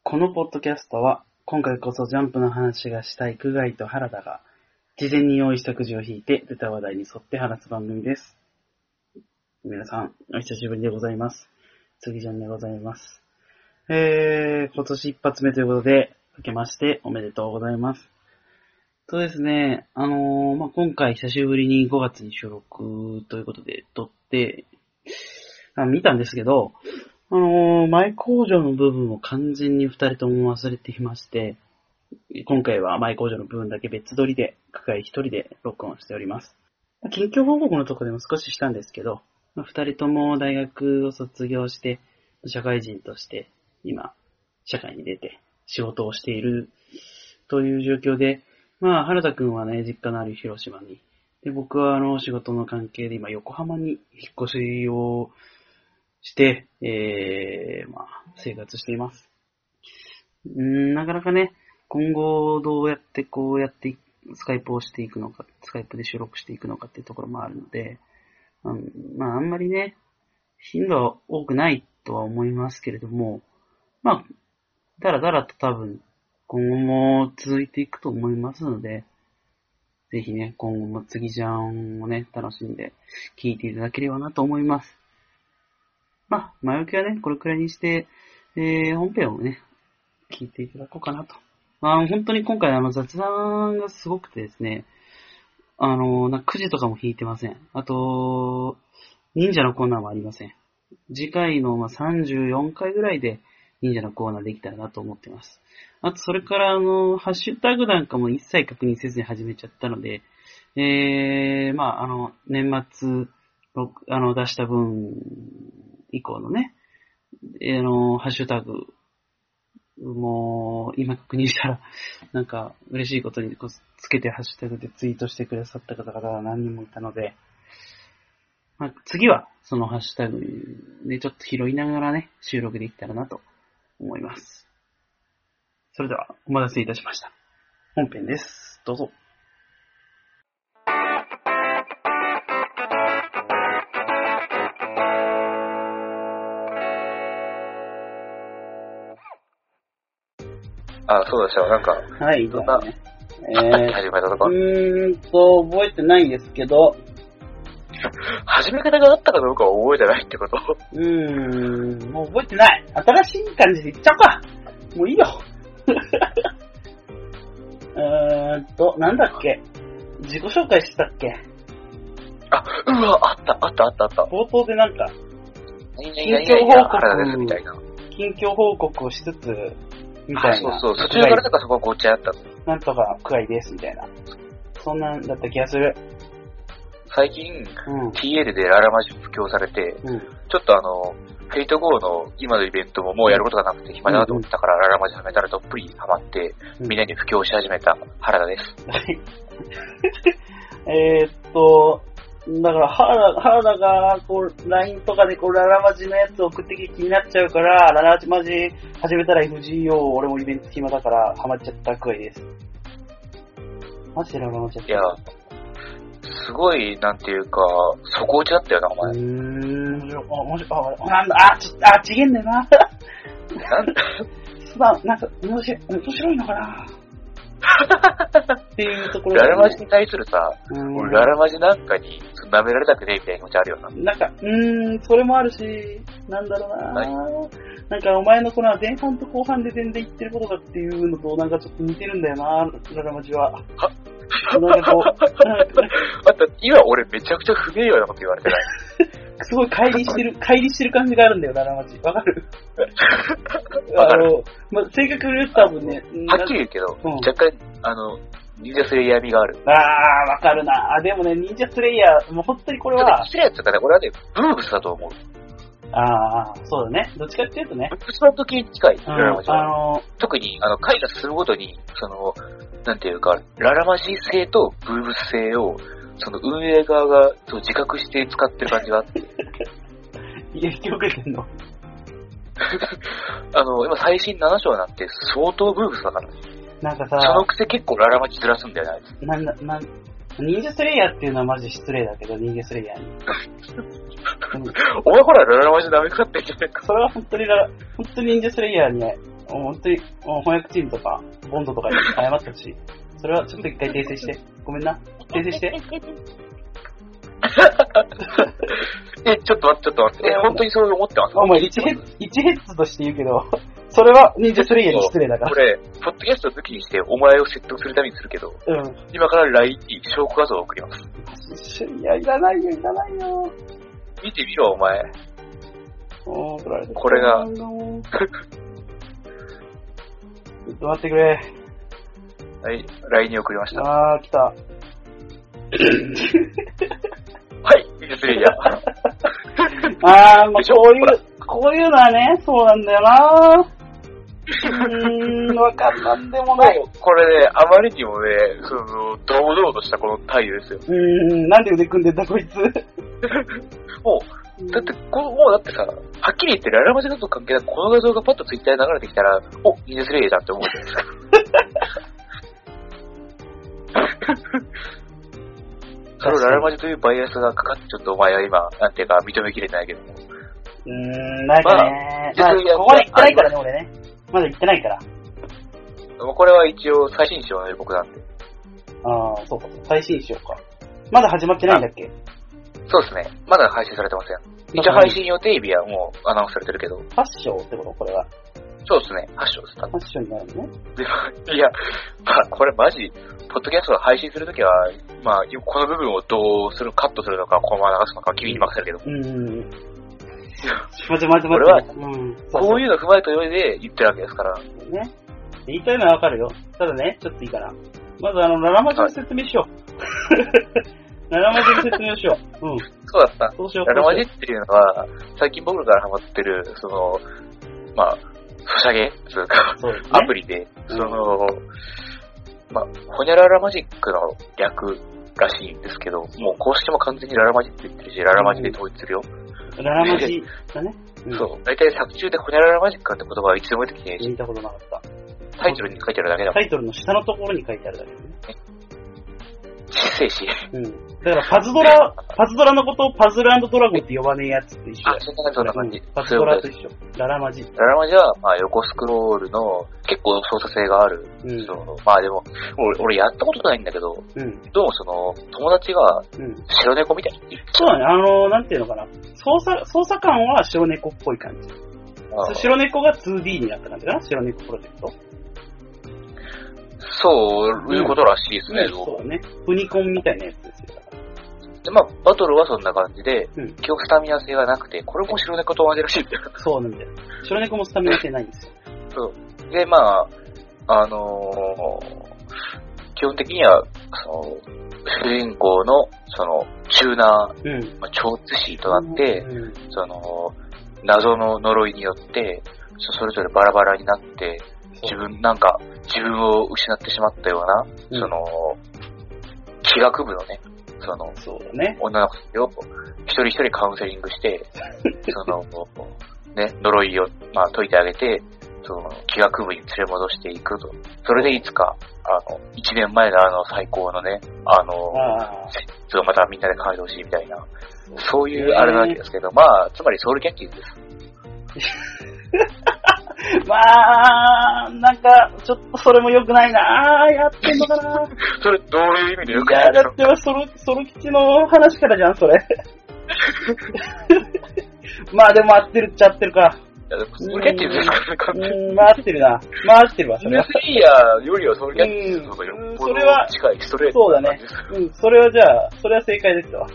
このポッドキャストは、今回こそジャンプの話がしたい久我井と原田が、事前に用意したくじを引いて出た話題に沿って話す番組です。皆さん、お久しぶりでございます。次じゃんでございます。今年一発目ということで、明けましておめでとうございます。そうですね、今回久しぶりに5月に収録ということで撮って、見たんですけど、前工場の部分を完全に二人とも忘れていまして、今回は前工場の部分だけ別撮りで、久我井一人で録音しております。近況報告のとこでも少ししたんですけど、二人とも大学を卒業して、社会人として今、社会に出て仕事をしているという状況で、原田くんはね、実家のある広島に、で、僕は仕事の関係で今横浜に引っ越しをして、生活しています。なかなかね、今後どうやってスカイプをしていくのか、スカイプで収録していくのかっていうところもあるので、あんまりね、頻度は多くないとは思いますけれども、だらだらと多分、今後も続いていくと思いますので、ぜひね、今後も次じゃんをね、楽しんで聞いていただければなと思います。前置きはね、これくらいにして、本編をね、聞いていただこうかなと。本当に今回雑談がすごくてですね、くじとかも引いてません。あと、忍者のコーナーもありません。次回の34回ぐらいで忍者のコーナーできたらなと思ってます。あと、それからハッシュタグなんかも一切確認せずに始めちゃったので、年末、出した分以降のね、ハッシュタグ、もう、今確認したら、なんか、嬉しいことにつけてハッシュタグでツイートしてくださった方々が何人もいたので、次は、そのハッシュタグでちょっと拾いながらね、収録できたらなと思います。それでは、お待たせいたしました。本編です。どうぞ。 そうでした。なんか、 はい、 どんな、始めたとか。 覚えてないんですけど、 始め方があったかどうかは覚えてないってこと？ もう覚えてない。新しい感じでいっちゃおうか。もういいよ。なんだっけ。自己紹介したっけ？ あった。 冒頭でなんか、 近況報告をしつつ、みたいな。 そう。途中からなんかそこはごっちゃやったの。 なんとかくらいです、みたいな。そんなんだった気がする。 最近、TL でララマジ布教されて、ちょっとフェイト GO の今のイベントももうやることがなくて暇だなと思ったから、ララマジ始めたらどっぷりハマって、みんなに布教し始めた原田です。 だから原田がLINE とかでララマジのやつ送ってきて気になっちゃうから、ララマジ始めたら FGO 俺もイベント暇だからハマっちゃったくらいです。マジでララマジやってる。 いや、すごい、なんていうか、底打ちだったよな、お前。 なんだ、ちげんだよな。なんか、面白いのかなっていうところララマジに対するさ、俺ララマジなんかに舐められたくねえみたいな気持ちあるよな。 なんか、それもあるし、なんだろうな、なんかお前のこの前半と後半で全然言ってることだっていうのとなんかちょっと似てるんだよな、ララマジは。なんかこう、 今俺めちゃくちゃ不名誉なこと言われてない？ すごい乖離してる感じがあるんだよ、ララマジ。わかる？正確に言うと多分ね、 はっきり言うけど、若干、忍者スレイヤー味がある。 わかるな。でもね、忍者スレイヤー、もう本当にこれは。 スレイヤーって言ったらね、俺はね、ブーブスだと思う。 そうだね。どっちかっていうとね。 ブーブスバンド系に近い、ララマジは。特に、回が進むごとに、なんていうか、ララマジ性とブーブス性を、運営側が自覚して使ってる感じがあって。 いや、引き遅れてんの？ 今最新7章になって相当ブーブスだから。 なんかさ、 そのくせ結構ララマジずらすんだよね。 忍者スレイヤーっていうのはマジ失礼だけど、忍者スレイヤーに。 お前ほらララマジ舐めかかってんじゃねえか。 それは本当に忍者スレイヤーにね、 本当に、翻訳チームとか、ボンドとかに謝ってほしい。それはちょっと一回訂正して。ごめんな。訂正して。 ちょっと待って。本当にそう思ってます？ お前、一ヘッズとして言うけど、それは忍者スレイヤーに失礼だから。 これ、ポッドキャストを武器にしてお前を説得するためにするけど、今から LINE に証拠画像を送ります。 いや、いらないよ。 見てみろ、お前。これが。ちょっと待ってくれ。 はい、LINE に送りました。 来た。 はい、忍者スレイヤー。 まあ、こういうのはね、そうなんだよな。わかんなんでもない。 これね、あまりにもね、堂々としたこの態度ですよ。 なんで腕組んでんだ、こいつ。 もう、だってさ、はっきり言ってララマジだと関係なく、この画像がパッとツイッターに流れてきたら、忍者スレイヤーじゃんって思うじゃないですか。そのララマジというバイアスがかかって、ちょっとお前は今、なんていうか認めきれてないけども。 なんかね、ここまで行ってないからね、俺ね。まだ行ってないから。 これは一応最新章の予告なんで。 そうか、最新章か。まだ始まってないんだっけ？ そうですね。まだ配信されてません。一応配信予定日はもうアナウンスされてるけど。 8章ってことこれは。 そうですね。8章です。 8章になるのね。 いや、これマジ、ポッドキャストを配信するときは、この部分をどうする、カットするのか、このまま流すのか、君に任せるけど。 待って。 これは、こういうの踏まえた上で言ってるわけですから。 ね。言いたいのはわかるよ。ただね、ちょっといいかな。まずララマジの説明しよう。ララマジの説明をしよう。 そうだった。 そうしよう。 ララマジっていうのは、最近僕からハマってる、ソシャゲというか、アプリで、ホニャララマジックの略らしいんですけど、もう公式も完全にララマジって言ってるし、ララマジで統一するよ。 ララマジだね。 そう。大体作中でホニャララマジックって言葉は一度も出てきてないし。 見たことなかった。 タイトルに書いてあるだけだもん。 タイトルの下のところに書いてあるだけだね。 静止。 だからパズドラのことをパズル&ドラゴンって呼ばねえやつと一緒だよ。 そんな感じ。 パズドラと一緒。ララマジ。 ララマジは、横スクロールの結構操作性がある。でも、俺やったことないんだけど、どうも友達が白猫みたいに言ってる。 そうだね、なんていうのかな。操作感は白猫っぽい感じ。白猫が 2D になった感じかな、白猫プロジェクト。 そういうことらしいですね、 そうね。フニコンみたいなやつですよ。 で、バトルはそんな感じで、今日スタミナ性がなくて、これも白猫と同じらしいんだよ。 そうなんだよ。白猫もスタミナ性ないんですよ。 そう。で、基本的には、主人公の、チューナー、超越士となって、謎の呪いによって、それぞれバラバラになって、自分を失ってしまったような、気学部のね、 そうだね。 女の子を一人一人カウンセリングして、呪いを、解いてあげて、気学部に連れ戻していくと。それでいつか、1年前の最高のね、説をまたみんなで感動しみたいな、そういうあれなわけですけど、つまりソウルキャッチングです。 なんか、ちょっとそれも良くないなやってんのかなそれ、どういう意味で良くないの？ だってソロ吉の話からじゃん、それ。でも合ってるっちゃ合ってるか。 ソウルキャッチングですか合ってるな。合ってるわ、それは。 ミスリーヤーよりはソウルキャッチングの方がよっぽど近いストレート。 そうだね。それはじゃあ、それは正解ですわ。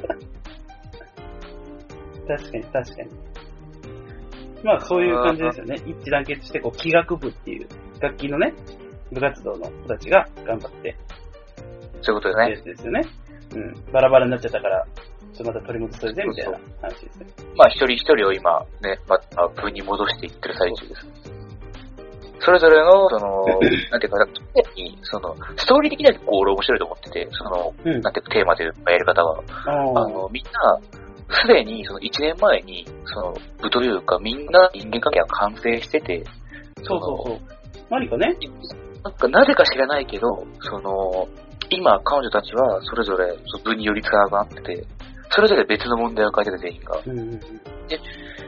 確かに。そういう感じですよね。一致団結して、気学部っていう、楽器のね、部活動の子たちが頑張って。 そういうことですね。 ですよね。バラバラになっちゃったから、また取り戻そうぜ、みたいな話ですね。 一人一人を今、ね、また部に戻していってる最中です。それぞれの、なんていうか、ストーリー的には結構俺面白いと思ってて、なんていうか、テーマというか、やり方は。みんな、すでに1年前に部というかみんな人間関係が完成してて、 そう何かね、 なぜか知らないけど今彼女たちはそれぞれ部に寄りつかなくなってて、それぞれ別の問題を抱えてる全員が、で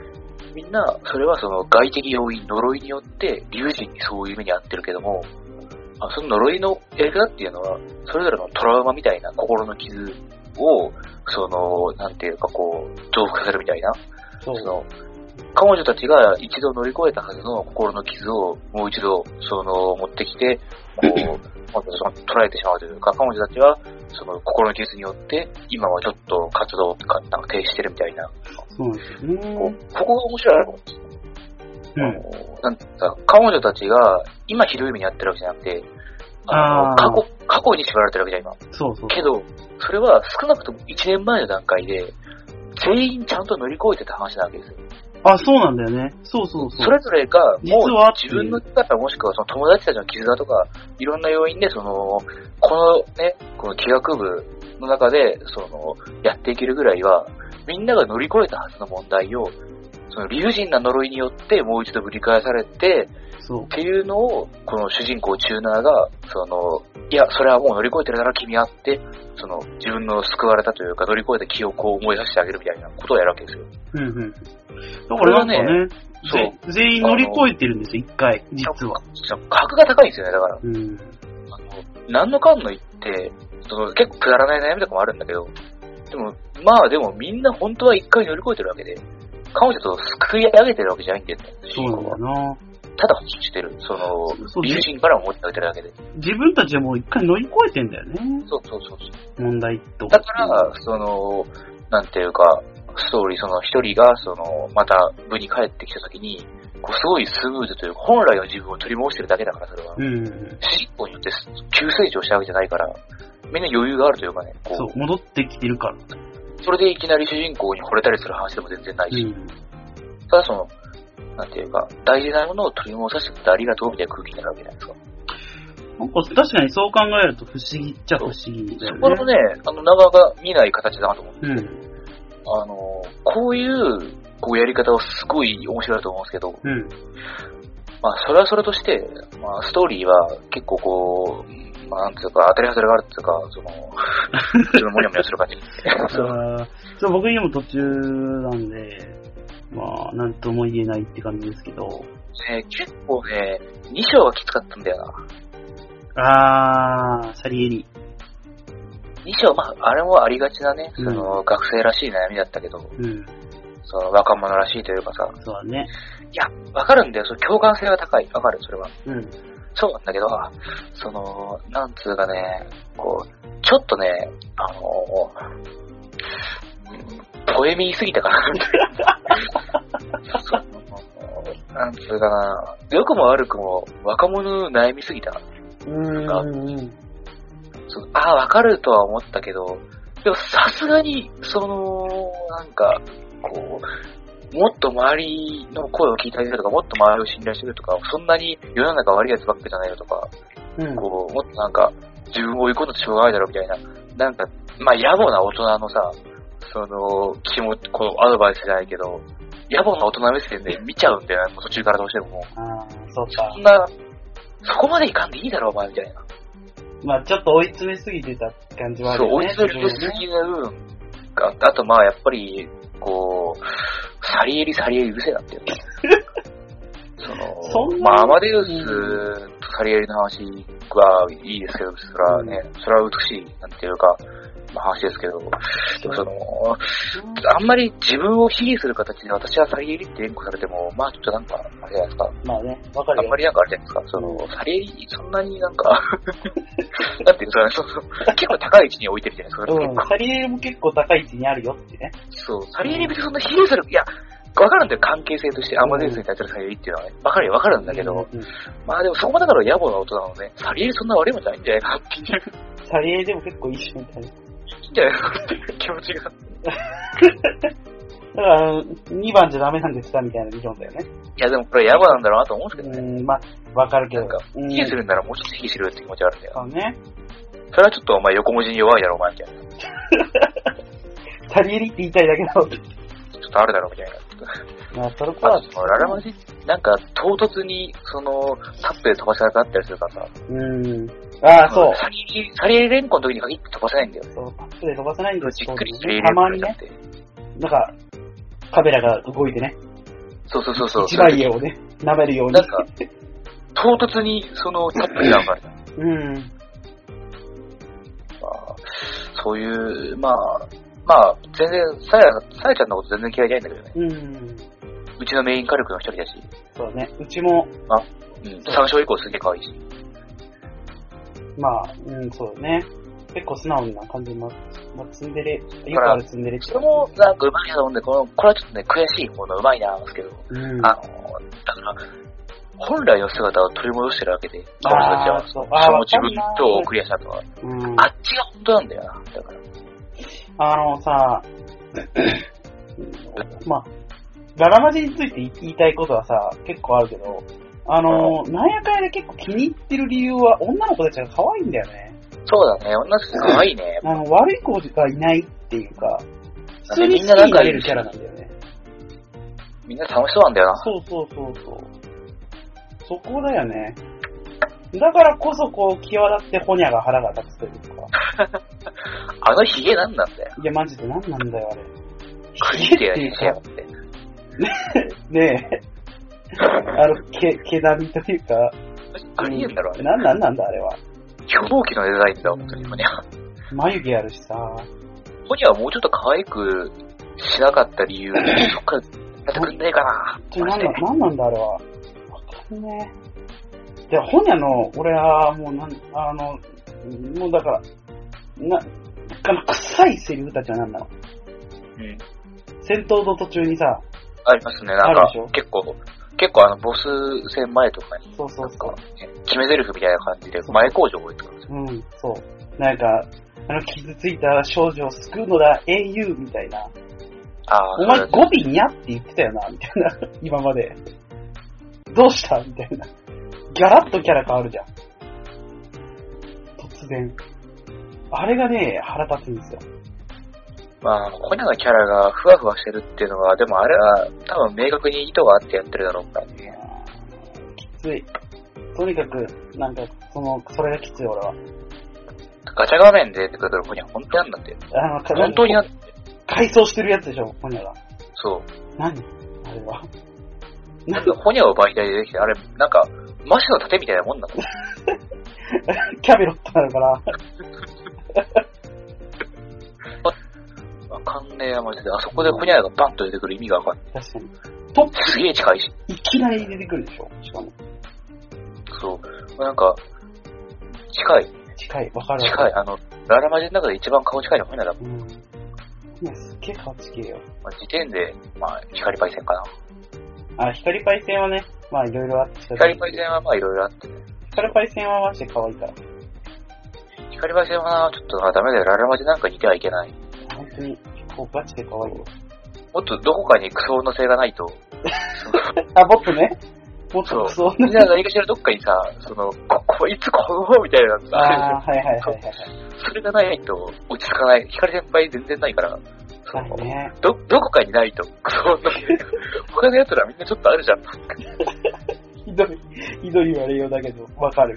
みんな、それはその外的要因、呪いによって理不尽にそういう目に遭ってるけども、その呪いのやり方っていうのは、それぞれのトラウマみたいな心の傷を、なんていうかこう、増幅させるみたいな、彼女たちが一度乗り越えたはずの心の傷をもう一度、持ってきて、こう、捉えてしまうというか、彼女たちは、その心の傷によって、今はちょっと活動がなんか停止してるみたいな。 そうですね。 ここが面白いなと思うんですよ。なんか、彼女たちが、今ひどい目に遭ってるわけじゃなくて、過去に縛られてるわけじゃん、今。 そうそう。 けど、それは少なくとも1年前の段階で、全員ちゃんと乗り越えてた話なわけですよ。 そうなんだよね。そう。 それぞれが、もう自分の力もしくはその友達たちの絆とか、いろんな要因で、この気学部の中で、やっていけるぐらいは、みんなが乗り越えたはずの問題を、その理不尽な呪いによってもう一度ぶり返されて、っていうのを、この主人公チューナーが、いや、それはもう乗り越えてるなら君はって、自分の救われたというか乗り越えた記憶を思い出してあげるみたいなことをやるわけですよ。 だからなんかね、全員乗り越えてるんですよ、一回、実は。 格が高いんですよね、だから。何のかんの言って、結構くだらない悩みとかもあるんだけど、でもみんな本当は一回乗り越えてるわけで、彼女と救い上げてるわけじゃないんだよね、 そうなんだな。 ただ信じてる、理不尽から思ってあげてるだけで。 自分たちはもう一回乗り越えてんだよね。 そう問題と。 だから、なんていうか、ストーリー、一人が、また部に帰ってきたときに、すごいスムーズというか、本来の自分を取り戻してるだけだから、それは。主人公によって急成長したわけじゃないから、みんな余裕があるというかね。 そう、戻ってきてるから。 それでいきなり主人公に惚れたりする話でも全然ないし、ただなんていうか、大事なものを取り戻させてくれてありがとうみたいな空気になるわけじゃないですか。 確かにそう考えると不思議っちゃ不思議だよね。 そこのね、なかなか見ない形だなと思って。こういうやり方はすごい面白いと思うんですけど、それはそれとして、ストーリーは結構なんていうか、当たり外れがあるっていうか、自分もにゃもにゃする感じ。 僕にも途中なんで、なんとも言えないって感じですけど。 結構ね、2章がきつかったんだよな。サリエリ。 2章、あれもありがちなね、学生らしい悩みだったけど、若者らしいというかさ。 そうだね。 いや、わかるんだよ。共感性が高い。わかる、それは。そうなんだけど、なんつうかね、ちょっとね、ポエミーすぎたかな。なんつうかな、良くも悪くも若者悩みすぎた。わかるとは思ったけど、でもさすがに、もっと周りの声を聞いてあげるとか、もっと周りを信頼してるとか、そんなに世の中悪いやつばっかじゃないよとか、もっと自分を追い込んだとしょうがないだろうみたいな、野暮な大人のさ、気持ち、アドバイスじゃないけど、野暮な大人目線で見ちゃうんだよね、途中からどうしても。 そうか。 そこまでいかんでいいだろ、お前みたいな。 ちょっと追い詰めすぎてた感じはあるよね。 追い詰めすぎな部分が、あとやっぱり、サリエリうるせえなっていうね。アマデウスとサリエリの話はいいですけど、それはね、それは美しい、なんていうか、話ですけど、あんまり自分を卑下する形で私はサリエリって連呼されても、ちょっとあれじゃないですか。 わかるよ。 あんまりあれじゃないですか。サリエリ、そんなになんていうか、結構高い位置に置いてるじゃないですか。 サリエリも結構高い位置にあるよってね。 サリエリ別にそんな卑下する、いや、わかるんだよ、関係性として。アマデウスに対するサリエリっていうのはね。わかるんだけど、でもそこまでだから野暮な大人なのね、サリエリそんな悪いもんじゃないんじゃないかっていう。 サリエリでも結構いいしみたいな。 いいんじゃないかっていう気持ちが。だから2番じゃダメなんですかみたいなビジョンだよね。 いやでもこれ野暮なんだろうなと思うんですけどね。 わかるけど。 卑下するんならもうちょっと卑下しろよって気持ちがあるんだよ。 そうね。 それはちょっとお前横文字に弱いだろお前みたいな。サリエリって言いたいだけだろ。 ちょっとあるだろみたいな。 それはララマジ、唐突に、タップで飛ばせなくなったりするからさ。 そう。 サリエリ連呼の時に限って飛ばせないんだよ。 そう、タップで飛ばせないんだよ。 じっくりサリエリたまにね。カメラが動いてね。 そうそうそうそう。 一番家をね、舐めるように。 なんか、唐突にそのタップに上がる。 うん。 まあ、そういう、まあ、全然、さやちゃんのこと全然嫌いじゃないんだけどね。うちのメイン火力の一人だし。 そうね、うちも。 3勝以降すげえ可愛いし。 まあ、そうね。結構素直な感じの、ツンデレ、よくあるツンデレって。 それもなんかうまいなと思うんで、これはちょっとね、悔しい方のうまいなですけど、だから、本来の姿を取り戻してるわけで、彼女たちは、その自分とをクリアしたとは、あっちが本当なんだよな、だから。 さ、まあ、ララマジについて言いたいことはさ、結構あるけど、なんやかんやで結構気に入ってる理由は、女の子たちが可愛いんだよね。 そうだね、女の子可愛いね。 悪い子がいないっていうか、普通に好きになれるキャラなんだよね。 みんな楽しそうなんだよな。 そう。そこだよね。だからこそ際立ってホニャが腹が立つというか。 あのヒゲなんなんだよ。 いや、マジでなんなんだよ、あれ。 ヒゲっていうか。 ねえ。毛並みというか。 ありえんだろ、あれ。 なんだ、あれは。 巨峰期のデザインだ、本当に、ホニャ。 眉毛あるしさ。 ホニャはもうちょっと可愛くしなかった理由、そっからやってくんねえかな。 なんなんだ、あれは。わかんねえ。いや、ホニャの、俺は、もうもうだから、臭いセリフたちは何なの？戦闘の途中にさ、 ありますね、なんか、結構ボス戦前とかに、 そう。 決め台詞みたいな感じで、前工場を置いてくるんですよ。 そう。なんか、傷ついた少女を救うのだ、英雄みたいな。お前語尾にゃって言ってたよな、みたいな。今まで。どうしたみたいな。ギャラッとキャラ変わるじゃん。突然。あれがね、腹立つんですよ。 まあ、ホニャのキャラがふわふわしてるっていうのは、でもあれは多分明確に意図があってやってるだろうからね。 きつい。とにかく、なんか、それがきつい俺は。 ガチャ画面で出てくるホニャ本当になんだって。本当になんだって。 改装してるやつでしょ、ホニャが。 そう。 何あれは。 なんかホニャを媒体でできて、あれ、なんか、マシの盾みたいなもんなのキャベロットなのかなわかんねえや、マジで。あそこでホニャがバンと出てくる意味がわかんない。 確かに。 すげえ近いし。 いきなり出てくるでしょ、しかも。 そう。なんか、近い。 わかる。 近い。ララマジの中で一番顔近いのホニャだもん。 すっげえ顔近いよ。 時点で、光パイセンかな。光パイセンはね、いろいろあって。 光パイセンはいろいろあってね。 光パイセンはマジで可愛いから。 光パイセンはちょっとダメだよ。ララマジなんか似てはいけない。 本当に、ガチで可愛いよ。 もっとどこかにクソの性がないと。 もっとね。もっとクソ。 みんな何かしらどっかにさ、こいつこのみたいなのがある。はい。 それがないと落ち着かない。光先輩全然ないから。 ね、 どこかにないとクソの他の奴らみんなちょっとあるじゃん。 ひどい言われようだけど、わかる。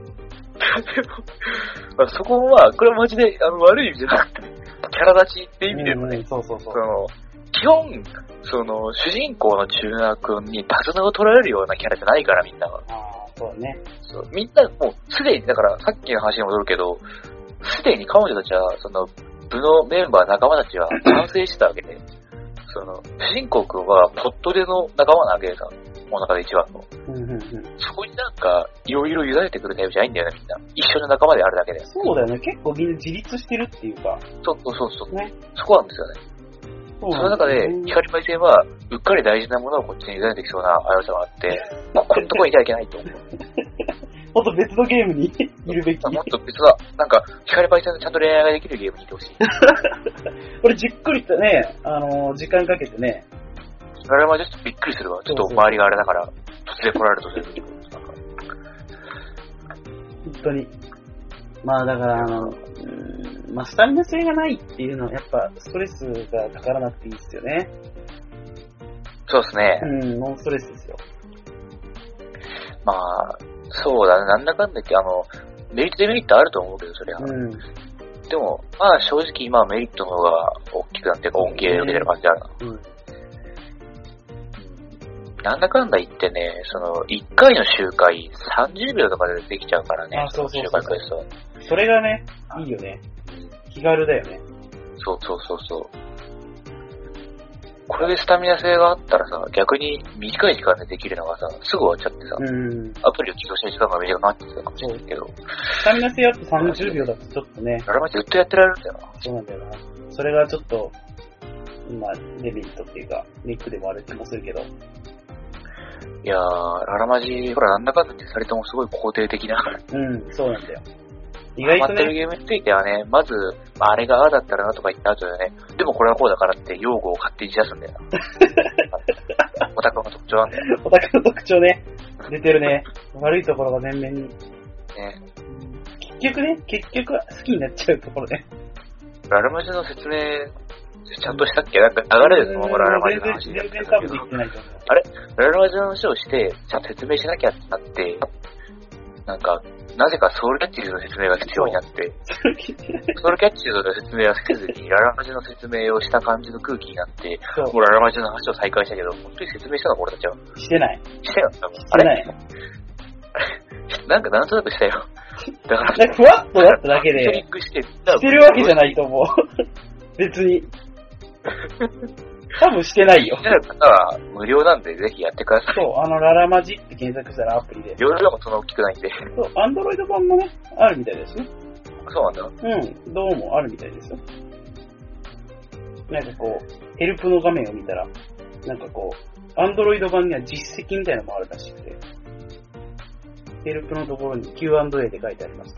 でも、そこは、これはマジで悪い意味じゃなくて、キャラ立ちって意味でもね、 そう。 基本、主人公の中学君に手綱を取られるようなキャラじゃないから、みんなは。 そうね。 みんな、もう、すでに、だから、さっきの話に戻るけど、すでに彼女たちは、部のメンバー、仲間たちは完成してたわけで、主人公君は、ポットでの仲間なわけでさ、物語一番の。そこになんか、いろいろ委ねてくるタイプじゃないんだよね、みんな。一緒の仲間であるだけで。 そうだよね。結構みんな自立してるっていうか。 そう。 ね。 そこなんですよね。その中で、光パイセンは、うっかり大事なものをこっちに委ねてきそうな危うさがあって、こんなとこにいてはいけないと思う。 もっと別のゲームにいるべき。 もっと別だ。なんか、光パイセンとちゃんと恋愛ができるゲームにいてほしい。 俺じっくりとね、時間かけてね。 あれはちょっとびっくりするわ。ちょっと周りがあれだから、突然来られるとする。 本当に。だからスタミナ性がないっていうのはやっぱストレスがかからなくていいですよね。 そうですね。 ノンストレスですよ。 そうだね。なんだかんだ言ってメリットデメリットあると思うけど、それは。でも、正直今はメリットの方が大きくなって恩恵を受けてる感じあるな。 なんだかんだ言ってね、1回の周回30秒とかでできちゃうからね。 あ、そうそうそう。 周回回数は。 それがね、いいよね。気軽だよね。 そう。これでスタミナ性があったらさ、逆に短い時間でできるのがさ、すぐ終わっちゃってさ、アプリを起動してる時間が短くなってたかもしれないけど。 スタミナ性あって30秒だとちょっとね。 ララマジずっとやってられるんだよな。 そうなんだよな。それがちょっと、デメリットっていうか、ネックでもある気もするけど。 いやー、ララマジ、ほら、なんだかんだって2人ともすごい肯定的な。 そうなんだよ。 意外とね。ハマってるゲームについてはね、まず、あれがああだったらなとか言った後でね、でもこれはこうだからって用語を勝手に出すんだよな。オタクの特徴なんだよ。 オタクの特徴ね。出てるね。悪いところが全面に。ね。結局は好きになっちゃうところね。 ララマジの説明、ちゃんとしたっけ？なんか流れでそのままララマジの話全然多分できてないと思う。 あれララマジの話をして、ちゃんと説明しなきゃってなって、なんか、なぜかソウルキャッチーズの説明が必要になって、ソウルキャッチーズの説明はせずに、ララマジの説明をした感じの空気になって、もうララマジの話を再開したけど、本当に説明したの俺たちは。 してない。 してよ、多分。 してない。 なんかなんとなくしたよ。だから、 ふわっとなっただけで、 クリックしてるわけじゃないと思う。別に。多分してないよ。 してる方は無料なんでぜひやってください。 そう、ララマジって検索したらアプリで。 容量もそんな大きくないんで。 そう、アンドロイド版もね、あるみたいですね。 そうなんだ。 どうもあるみたいですよ。なんかこう、ヘルプの画面を見たら、なんかこう、アンドロイド版には実績みたいなのもあるらしくて、ヘルプのところに Q&A で書いてあります。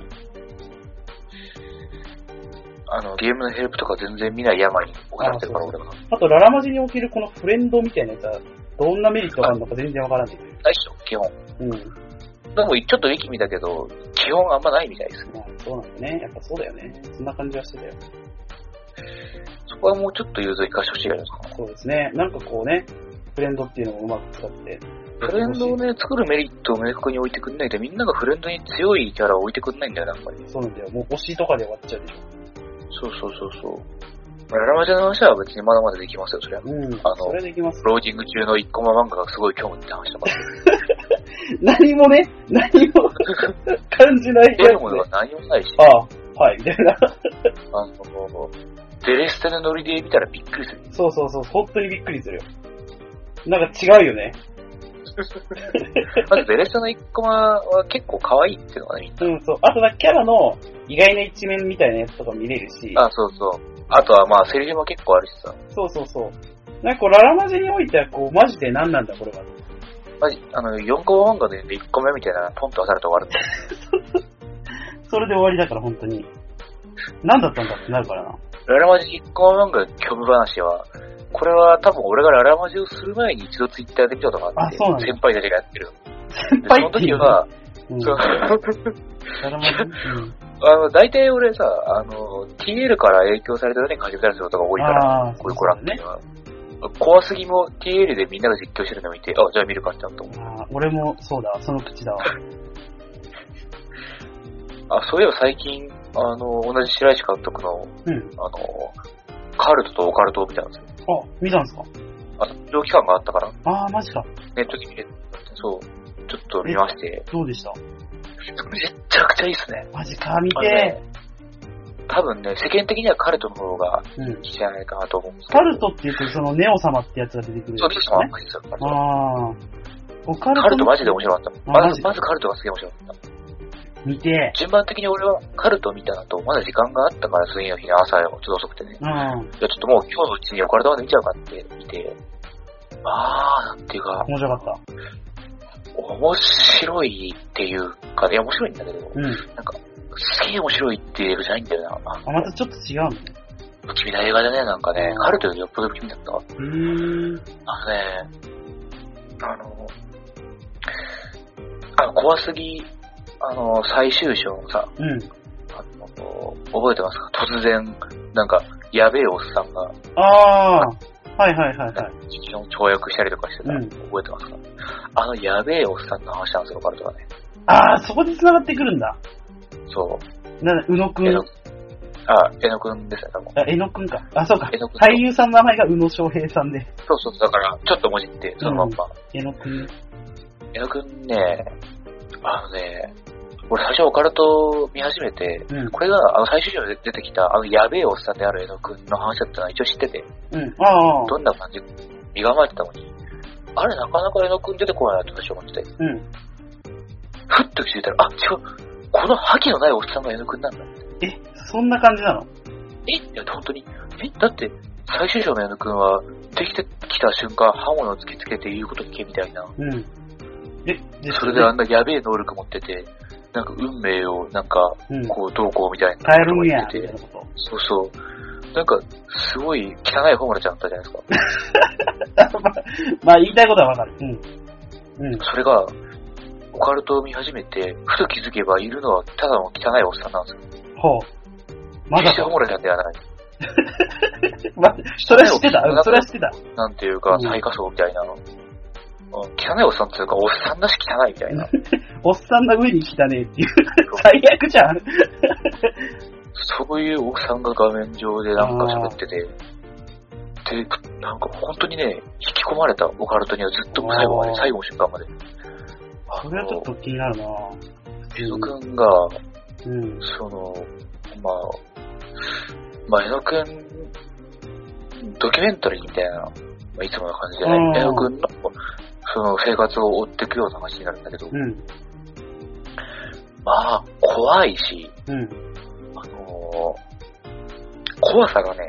ゲームのヘルプとか全然見ない山に置かれてるから俺は。 あと、ララマジにおけるこのフレンドみたいなやつは、どんなメリットがあるのか全然わからんけど。 ないっしょ、基本。でも、ちょっとウィキ見たけど、基本あんまないみたいです。 そうなんだね。やっぱそうだよね。そんな感じはしてたよ。 そこはもうちょっと融通生かしてほしいじゃないですか。 そうですね。なんかこうね、フレンドっていうのをうまく使って。 フレンドをね、作るメリットを明確に置いてくんないで、みんながフレンドに強いキャラを置いてくんないんだよな、やっぱり。 そうなんだよ。もう推しとかで終わっちゃうでしょ。 ララマジの話は別にまだまだできますよ、それは。 それできます。 ローディング中の1コマ漫画がすごい興味って話とか。 何も感じないやつ、ね。 出るものが何もないし。 はい、みたいな。 デレステのノリで見たらびっくりする。 そう、本当にびっくりするよ。なんか違うよね。 まずデレステの1コマは結構可愛いっていうのがね、 そう。あとキャラの意外な一面みたいなやつとか見れるし。 そう。あとはまあセリフも結構あるしさ。 そう。なんかこうララマジにおいてはこう、マジで何なんだこれは。 マジ、4コマ漫画で1個目みたいなポンと出されて終わるんだよ。 それで終わりだから本当に。何だったんだってなるからな。 ララマジ1コマ漫画虚無話は、これは多分俺がララマジをする前に一度ツイッターで見たことがあって、先輩たちがやってる。 先輩っていうその時は、 ララマジ大体俺さ、TL から影響されたのに始めたりすることが多いから、こういうコラっていうのは。怖すぎも TL でみんなが実況してるのを見て、じゃあ見るかってなったと思う。 俺もそうだ、その口だわ。 そういえば最近、同じ白石監督の、カルトとオカルトを見たんですよ。 見たんですか？ 長期間があったから。 マジか。 ネットで見れて、そう、ちょっと見まして。 どうでした？ めっちゃくちゃいいっすね。 マジか、見て多分ね、世間的にはカルトの方がいいじゃないかなと思うんですけど。 カルトって言うと、そのネオ様ってやつが出てくる、 そうですね。カルトマジで面白かった。まずカルトがすげえ面白かった。 見て。 順番的に俺はカルト見た後、まだ時間があったから次の日の朝よ、ちょっと遅くてね。ちょっともう今日のうちにオカルトまで見ちゃうかって見て、なんていうか。 面白かった。 面白いっていうか、面白いんだけど、なんか、すげえ面白いって映画じゃないんだよな。 またちょっと違うの？ 不気味な映画でね、なんかね、カルトよりよっぽど不気味だった。怖すぎ、最終章のさ、覚えてますか？突然、なんか、やべえおっさんが、 はい。 跳躍したりとかしてた、覚えてますか？やべえおっさんの話なんですよ、カルトがね。 そこで繋がってくるんだ。 そう。 宇野くん。 江野くんですね、多分。 江野くんか。そうか。俳優さんの名前が宇野昌平さんで。 そう、だから、ちょっと文字って、そのまんま。 江野くん。 江野くんね、俺最初オカルト見始めて、これが最終章で出てきたやべえおっさんである江野くんの話だったのは一応知ってて、どんな感じ身構えてたのに、あれなかなか江野くん出てこないなって私は思ってて、ふっと気づいたら、違う、この覇気のないおっさんが江野くんなんだって。 そんな感じなの？ いや、本当に。だって、最終章の江野くんは、できてきた瞬間、刃物を突きつけて言うこと聞けみたいな。それであんなやべえ能力持ってて、なんか運命を、なんか、こう、どうこうみたいな。 変えるんや、みたいなこと。 そう。なんか、すごい汚いホムラちゃんだったじゃないですか。 まあ、言いたいことはわかる。 それが、オカルトを見始めて、ふと気づけばいるのはただの汚いおっさんなんですよ。 ほう。まだ。 決してホムラちゃんではない。 それは知ってた。それは知ってた。 なんていうか、最下層みたいな。汚いおっさんっていうか、おっさんだし汚いみたいな。 おっさんの上に汚ねえっていう。最悪じゃん。 そういうおっさんが画面上でなんか喋ってて、で、なんか本当にね、引き込まれたオカルトにはずっと最後まで、最後の瞬間まで。 それはちょっと気になるな江野くんが、江野くん、ドキュメンタリーみたいな、いつもの感じでね、江野くんのその生活を追っていくような話になるんだけど、怖いし、怖さがね、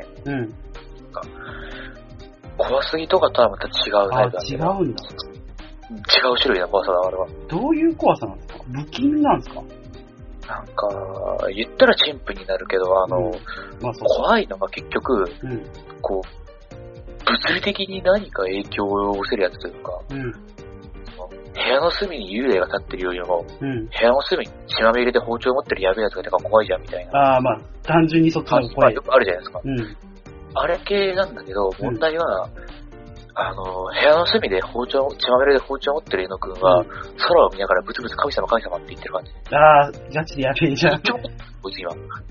怖すぎとかとはまた違うタイプなんで。 違うんだ。 違う種類の怖さだ、あれは。 どういう怖さなんですか？不気味なんですか？ なんか、言ったら陳腐になるけど、怖いのが結局、こう、物理的に何か影響を及ぼせるやつというか、部屋の隅に幽霊が立ってるよりも、部屋の隅に血まみれで包丁を持ってるやべえやつがいたから怖いじゃんみたいな。 単純にそっちの方が怖い。 よくあるじゃないですか。あれ系なんだけど、問題は、部屋の隅で血まみれで包丁を持ってる江野くんは、空を見ながらブツブツ神様って言ってる感じ。 ガチでやべえじゃん。 こいつ今。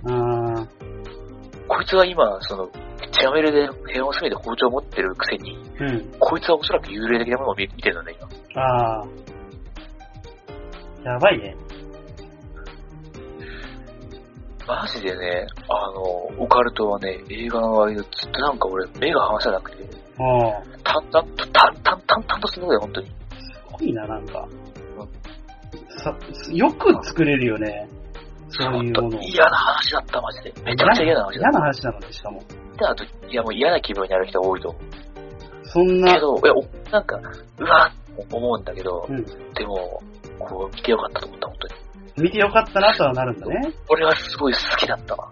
こいつは今、血まみれで部屋の隅で包丁を持ってるくせに、こいつはおそらく幽霊的なものを見てるんだ、今。 やばいね。 マジでね、オカルトはね、映画の間ずっとなんか俺、目が離せなくて、淡々とするのよ、本当に。 すごいな、なんか。よく作れるよね。そういうもの。 嫌な話だった、マジで。めちゃくちゃ嫌な話だった。 嫌な話なのね、しかも。 で、あと、もう嫌な気分になる人が多いと。 そんな。 けど、なんか、うわっ思うんだけど、でも、こう、見てよかったと思った、本当に。 見てよかったなとはなるんだね。 俺はすごい好きだったわ。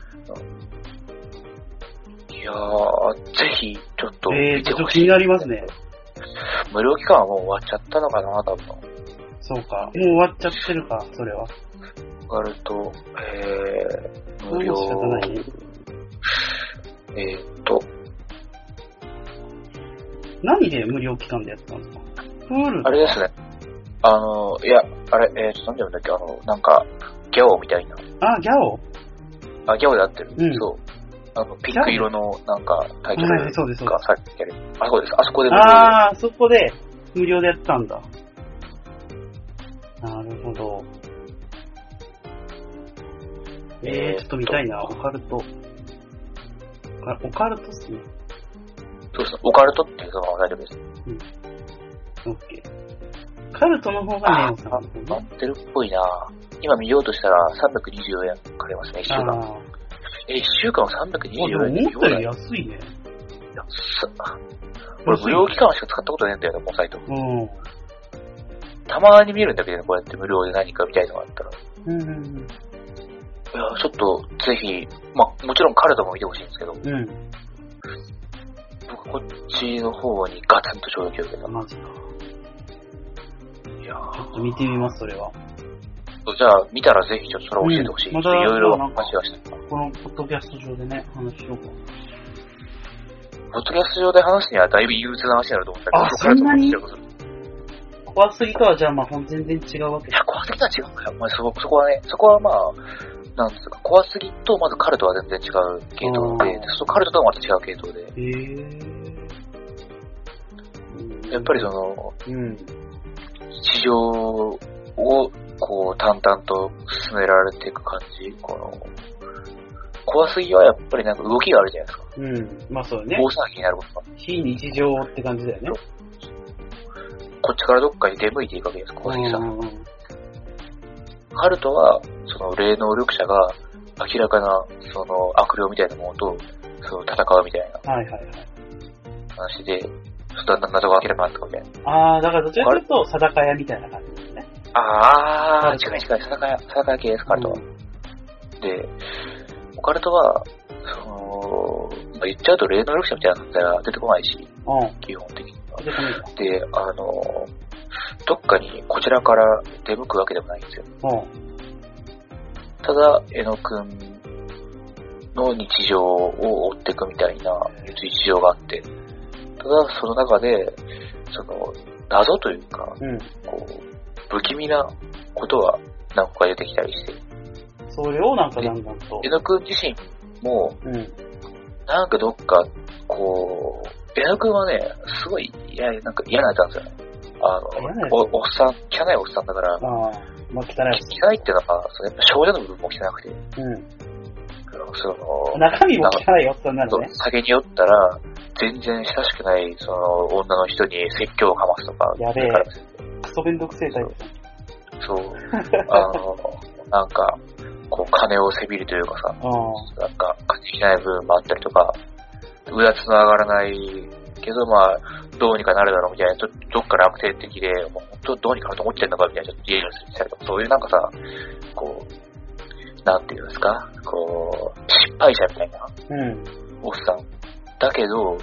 いやー、ぜひ、ちょっと見てほしい。 気になりますね。 無料期間はもう終わっちゃったのかな、多分。 そうか。もう終わっちゃってるか、それは。 オカルト、無料。 仕方ないね。何で無料期間でやったんですか？ あれですね。いや、あれ、なんて言うんだっけ、なんか、ギャオみたいな。 ギャオ？ ギャオで合ってる。そう。ピンク色の、なんか、タイトルがさっきやる。そうです。あそこで無料で。 そこで無料でやったんだ。なるほど。ちょっと見たいな、オカルト。オカルトっすね。 そうですね。オカルトっていうのは大丈夫です。 オッケー。カルトの方がね、 合ってるっぽいな。今見ようとしたら324円かかりますね、1週間。1週間は324円で見ようだよ。 思ったより安いね。 俺無料期間しか使ったことないんだよね、このサイト。たまに見るんだけどね、こうやって無料で何か見たいのがあったら。いや、ちょっと、ぜひ、もちろんカルトも見てほしいんですけど、僕こっちの方にガツンと衝撃を受けた。 マジか。ちょっと見てみます、それは。 じゃあ、見たらぜひちょっとそれを教えてほしい。いろいろ話がした。 このポッドキャスト上でね、話しようか。 ポッドキャスト上で話すにはだいぶ憂鬱な話になると思ったけど、 そんなに怖すぎとは、じゃあ全然違うわけ。 いや、怖すぎとは違うんだよ。そこはね、そこはなんですか、怖すぎと、まずカルトは全然違う系統で、そのカルトとはまた違う系統で。やっぱりその、日常を、こう、淡々と進められていく感じ、この、怖すぎはやっぱりなんか動きがあるじゃないですか。 まあそうね。 大騒ぎになることが。 非日常って感じだよね。 こっちからどっかに出向いていくわけです、怖すぎさ。カルトは、その霊能力者が明らかな、その悪霊みたいなものと、その戦うみたいな話で、だんだん謎が明らかになってくるみたいな。 だからどちらかというと、定か屋みたいな感じですね。 近い、定か屋系です、カルトは。で、オカルトは、その、言っちゃうと霊能力者みたいな存在は出てこないし、基本的には。で、どっかにこちらから出向くわけでもないんですよ。ただ、江野くんの日常を追っていくみたいな日常があって、ただその中で、その、謎というか、こう、不気味なことは何個か出てきたりして。 それをなんかだんだんと。 江野くん自身も、なんかどっか、こう、江野くんはね、すごい、なんか嫌なやつなんですよね。おっさん、汚いおっさんだから、 まあ、汚いっていうのは、やっぱ少女の部分も汚くて、その、 中身も汚いおっさんなのね。 酒に酔ったら、全然親しくない、その、女の人に説教をかますとか、 やべえ、クソめんどくせえタイプ。 そう、なんか、こう、金をせびるというかさ、なんか、感じない部分もあったりとか、うだつの上がらないけど、まあ、どうにかなるだろうみたいな、どっか楽天的で、もう本当どうにかなと思ってんのかみたいな、ちょっと家にしたりとか、そういうなんかさ、こう、なんていうんですか、こう、失敗者みたいな、おっさん。だけど、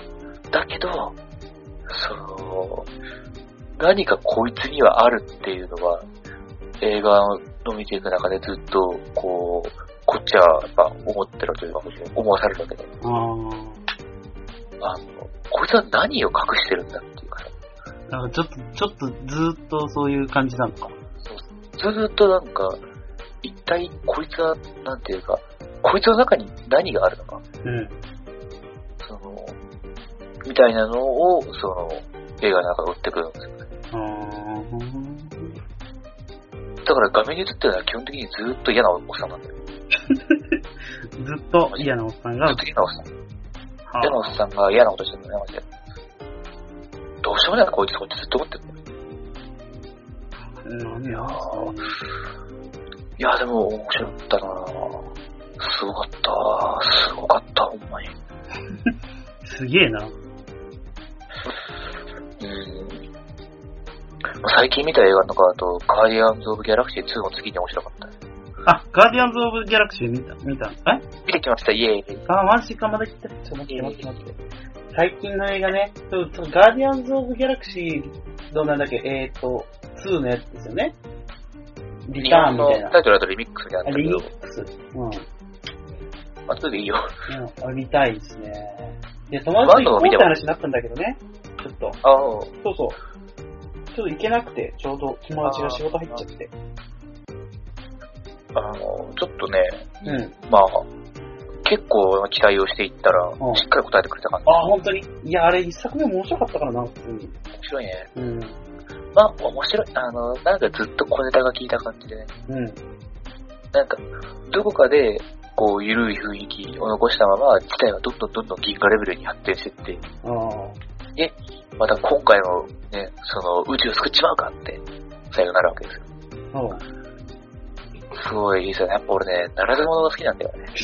何かこいつにはあるっていうのは、映画の見ていく中でずっと、こっちはやっぱ思ってるというか、思わされるわけで。こいつは何を隠してるんだっていうかさ。 なんかちょっとずっとそういう感じなのか。 ずーっとなんか、一体こいつは、なんていうか、こいつの中に何があるのか。その、みたいなのを、その、映画の中で追ってくるんですよね。だから画面に映ってるのは基本的にずーっと嫌なおっさんなんだよ。 ずっと嫌なおっさんが。 ずっと嫌なおっさん。嫌なおっさんが嫌なことしてるのね、マジで。どうしようもないな、こいつずっと思ってるの。いや、でも面白かったなすごかった、ほんまに。 すげえな。 最近見た映画の中だと、ガーディアンズ・オブ・ギャラクシー2も次に面白かった。 ガーディアンズ・オブ・ギャラクシー見た見てきました、イエーイ。 マジか、まだ来た。ちょっと待って。最近の映画ね、ガーディアンズ・オブ・ギャラクシー、どうなんだっけ、2のやつですよね。リターンみたいな。 タイトルだとリミックスにあったけど。 リミックス。 あ、それでいいよ。 見たいですね。で、友達と行こうって話になったんだけどね。ちょっと。そう。ちょっと行けなくて、ちょうど友達が仕事入っちゃって。 ちょっとね、まあ、結構期待をしていったら、しっかり答えてくれた感じ。 本当に？いや、あれ一作目も面白かったからな、普通に。 面白いね。まあ、面白い。なんかずっと小ネタが効いた感じでね。なんか、どこかで、こう、緩い雰囲気を残したまま、事態はどんどん銀河レベルに発展していって、で、また今回のね、その、宇宙を救っちまうかって、最後になるわけですよ。すごいいいですよね。やっぱ俺ね、ならず者が好きなんだよね。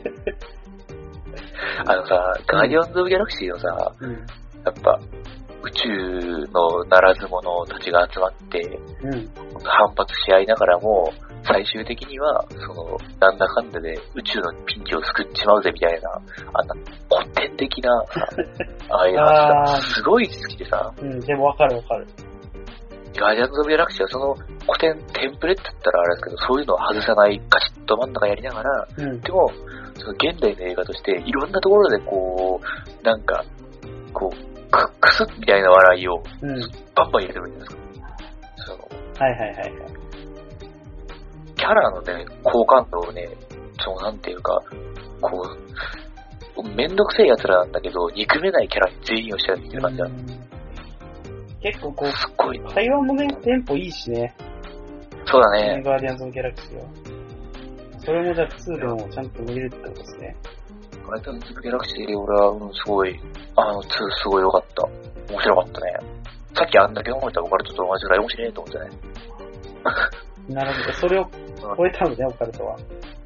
ガーディアンズ・オブ・ギャラクシーのさ、やっぱ、宇宙のならず者たちが集まって、反発し合いながらも、最終的には、なんだかんだで宇宙のピンチを救っちまうぜみたいな、古典的なさ、ああいう話さ、すごい好きでさ。 でもわかる。 ガーディアンズ・オブ・ギャラクシーはその古典、テンプレって言ったらあれですけど、そういうのを外さないガチッと真ん中やりながら、でも、その現代の映画として、いろんなところでこう、なんか、こう、クスみたいな笑いを、バンバン入れてるんですか。 はい。 キャラのね、好感度をね、 なんていうか、こう、めんどくせえ奴らなんだけど、憎めないキャラに全員をしてるっていう感じだ。 結構こう、 すっごい。 会話もね、テンポいいしね。 そうだね。 ガーディアンズ・オブ・ギャラクシーは。それもじゃあ2でもちゃんと見れるってことですね。 ガーディアンズ・オブ・ギャラクシー、俺は、すごい、2すごい良かった。面白かったね。さっきあんだけ思えたオカルトと同じぐらい面白いと思ってね。 なるほど。それを超えたのね、オカルトは。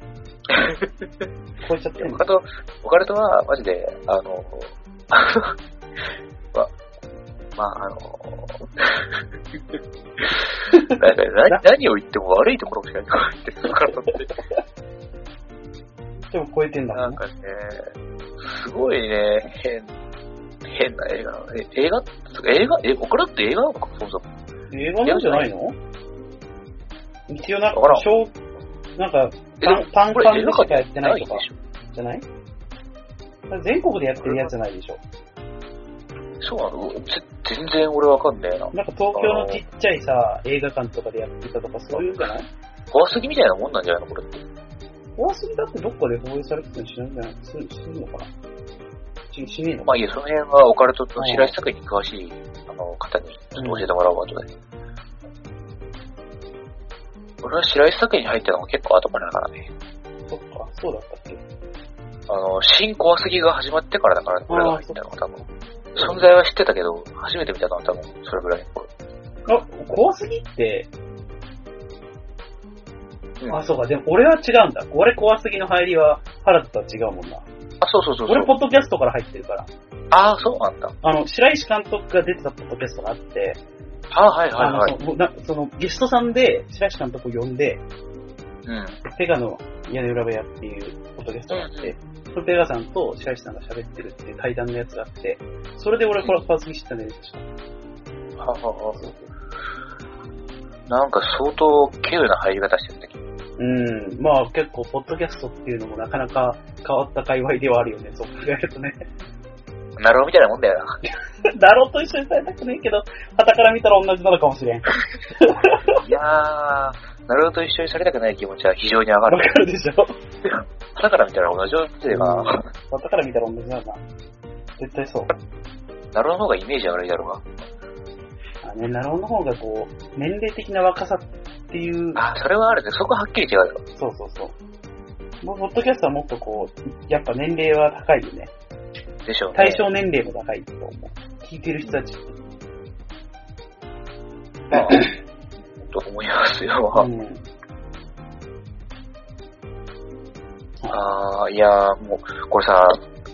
超えちゃってるの。 オカルトは、マジで、何を言っても悪いところしかないってオカルトって。 でも超えてんだもんね。 なんかね、すごいね、変な映画。オカルトって映画なのか、そもそも。 映画なんじゃないの？一応なんか、パンでしかやってないとか、じゃない？全国でやってるやつじゃないでしょ。 そうなの？全然俺わかんねえな。 なんか東京のちっちゃいさ、映画館とかでやってたとかそういうんじゃない？ 怖すぎみたいなもんなんじゃないのこれって。 怖すぎだってどっかで放映されてたの知らんじゃない？するのかな？しねえの？ まあいいや、その辺はオカルトと白石作品に詳しい方にちょっと教えてもらおう後で。俺は白石作品に入ったのが結構後からだからね。 そっか、そうだったっけ？ 新怖すぎが始まってからだからね、俺が入ったのが多分。存在は知ってたけど、初めて見たのは多分それぐらいの頃。 怖すぎって、そうか、でも俺は違うんだ。俺怖すぎの入りは原田とは違うもんな。 そう。 俺ポッドキャストから入ってるから。 そうなんだ。 白石監督が出てたポッドキャストがあって、 はい。 そのゲストさんで白石監督を呼んで、ペガの屋根裏部屋っていうポッドキャストがあって、そのペガさんと白石さんが喋ってるっていう対談のやつがあって、それで俺怖すぎ知ったね。 なんか相当稀有な入り方してるんだけど。 まあ結構ポッドキャストっていうのもなかなか変わった界隈ではあるよね、そう考えるとね。 ナローみたいなもんだよな。 ナローと一緒にされたくないけど、傍から見たら同じなのかもしれん。いやー、ナローと一緒にされたくない気持ちは非常に上がる。 わかるでしょ。 傍から見たら同じよっていうか。 傍から見たら同じなんだ。絶対そう。 ナローの方がイメージ悪いだろうが。 ナローの方がこう、年齢的な若さっていう。 それはあるね。そこははっきり違うだろ。 そう。ポッドキャストはもっとこう、やっぱ年齢は高いよね。 でしょうね。 対象年齢も高いと思う。聞いてる人たちって。 と思いますよ。いやー、もう、これさ、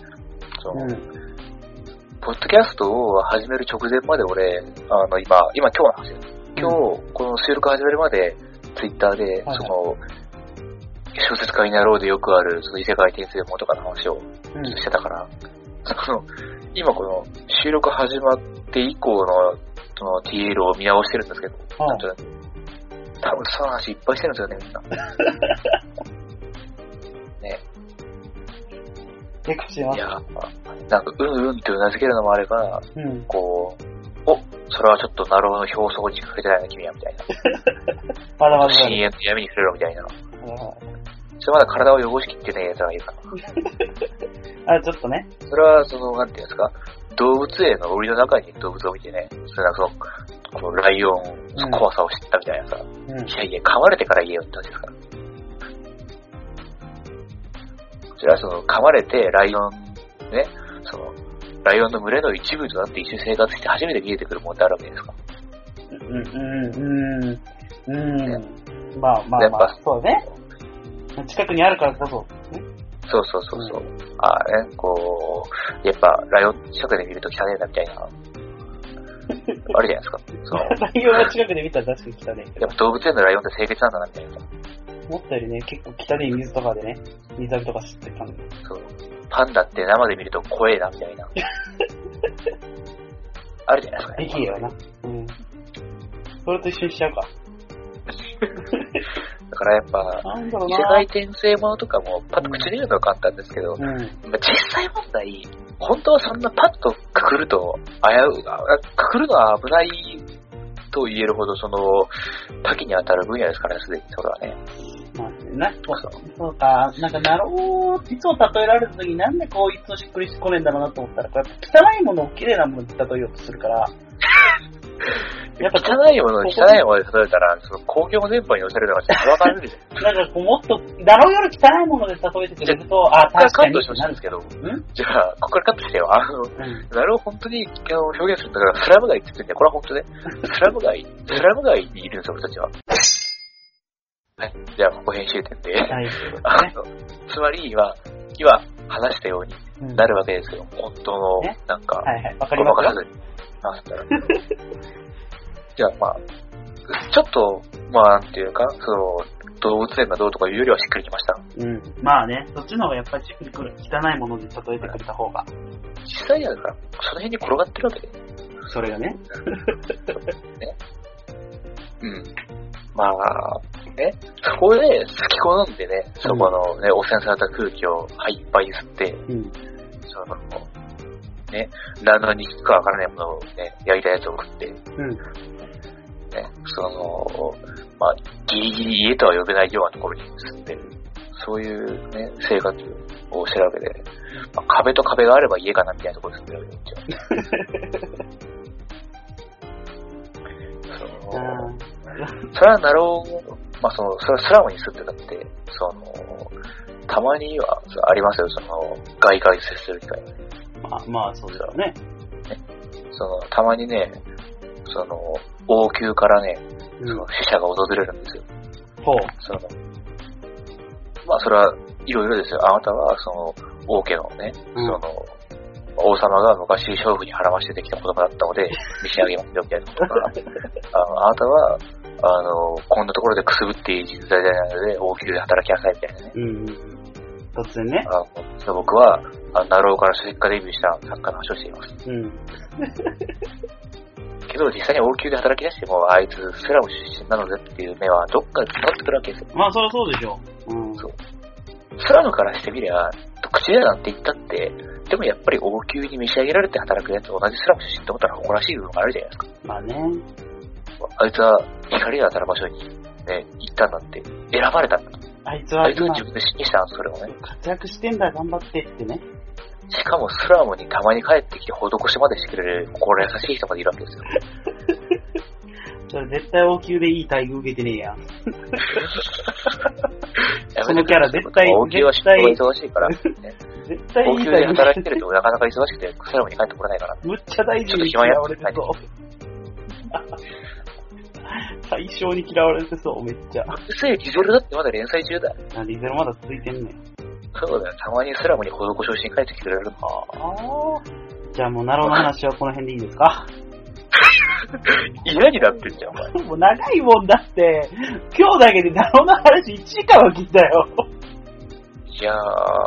ポッドキャストを始める直前まで俺、今日の話です。今日、この収録始めるまで、ツイッターで、小説家になろうでよくある、その異世界転生もとかの話をしてたから、今この収録始まって以降の、その TL を見直してるんですけど、多分その話いっぱいしてるんですよね、みんな。ね。 結構します。 いや、なんか、ってうなずけるのもあれば、こう、それはちょっとナローの表層にかけてないな、君は、みたいな。深淵の闇に触れろ、みたいな。まだ体を汚しきってねえやつがいるかな。ちょっとね。 それは、なんていうんですか、動物園の檻の中に動物を見てね、このライオンの怖さを知ったみたいなさ、いや、噛まれてから言えよって話ですから。それは噛まれてライオン、ね、ライオンの群れの一部となって一緒に生活して初めて見えてくるものってあるわけですか。 まあ、そうね。近くにあるからこそ、ね。 そう。やっぱライオン近くで見ると汚ねえなみたいな。あるじゃないですか。 ライオンが近くで見たら確かに汚ねえけど。 やっぱ動物園のライオンって清潔なんだなみたいな。 思ったよりね、結構汚い水とかでね、水浴びとか知ってたんで。 そう。パンダって生で見ると怖えなみたいな。あるじゃないですかね。 できるよな。それと一緒にしちゃうか。 だからやっぱ、異世界転生ものとかもパッと口に言うのは簡単ですけど、実際問題、本当はそんなパッとくくるとくくるのは危ないと言えるほど多岐に当たる分野ですからね、すでにそれはね。 そうか、なんかナロー、いつも例えられた時になんでこういつもしっくりしてこねえんだろうなと思ったら、こうやっぱ汚いものを綺麗なものに例えようとするから、 やっぱ汚いものに汚いもので例えたら、その工業全般に寄せるのがちょっとわかるじゃん。 なんかこうもっと、ナローより汚いもので例えてくれると、あ、確かに。 カットしてほしいんですけど、じゃあ、ここからカットしてよ。ナロー本当に表現するんだから、スラム街って言ってんだよ。これは本当ね。スラム街にいるんですよ、俺たちは。はい。じゃあ、ここ編集点で。はい。つまり、今話したようになるわけですよ。本当の、なんか、 わかりますか？ じゃあ、まあ、ちょっと、まあ、なんていうか、その、動物園がどうとかいうよりはしっくりきました。 まあね、そっちの方がやっぱりしっくりくる。汚いもので例えてくれた方が。 実際にはだから、その辺に転がってるわけで。 それがね。 ね。まあ、ね、そこで好き好んでね、そこのね、汚染された空気をいっぱい吸って、その、ね、何のに効くかわからないものをね、焼いたやつを食って、ね、その、まあ、ギリギリ家とは呼べないようなところに住んでる、そういうね、生活をしてるわけで、まあ、壁と壁があれば家かなみたいなところに住んでるわけですよ。それはなろう、まあそれはスラムに住んでたって、たまにはありますよ、外界接する機会がね。 まあ、そうだよね。 たまにね、王宮からね、死者が訪れるんですよ。まあそれはいろいろですよ。あなたは王家のね、王様が昔娼婦に孕ましてできた子供だったので、召し上げますよみたいなことか、あなたは、こんなところでくすぶっている人材じゃないので、王宮で働きなさいみたいなね。 突然ね。 僕は、ナローから書籍化デビューした作家の話をしています。けど実際に王宮で働き出しても、あいつスラム出身なのでっていう目はどっかで伝わってくるわけですよ。 まあそりゃそうでしょう。 そう。スラムからしてみりゃ、口でなんて言ったって、でもやっぱり王宮に召し上げられて働くやつと同じスラム出身って思ったら誇らしい部分があるじゃないですか。 まあね。 あいつは光が当たる場所にね、行ったんだって、選ばれたんだと。 あいつは自分で指揮したんです、それをね。 活躍してんだ、頑張ってってね。 しかもスラムにたまに帰ってきて施しまでしてくれる心優しい人までいるわけですよ。 それ絶対王宮でいい待遇受けてねえやん。そのキャラ絶対、 王宮は仕事が忙しいから、ね。 絶対いい王宮で働いてるとなかなか忙しくて、スラムに帰ってこれないから。 むっちゃ大事に嫌われてそう。最小に嫌われてそう、めっちゃ。 リゼロだってまだ連載中だ。 リゼロまだ続いてんねん。 そうだよ、たまにスラムに施しをしに帰ってきてくれるの。 じゃあもうナローの話はこの辺でいいですか？ 嫌になってんじゃん、お前。 もう長いもんだって、今日だけでナローの話1時間は聞いたよ。 いや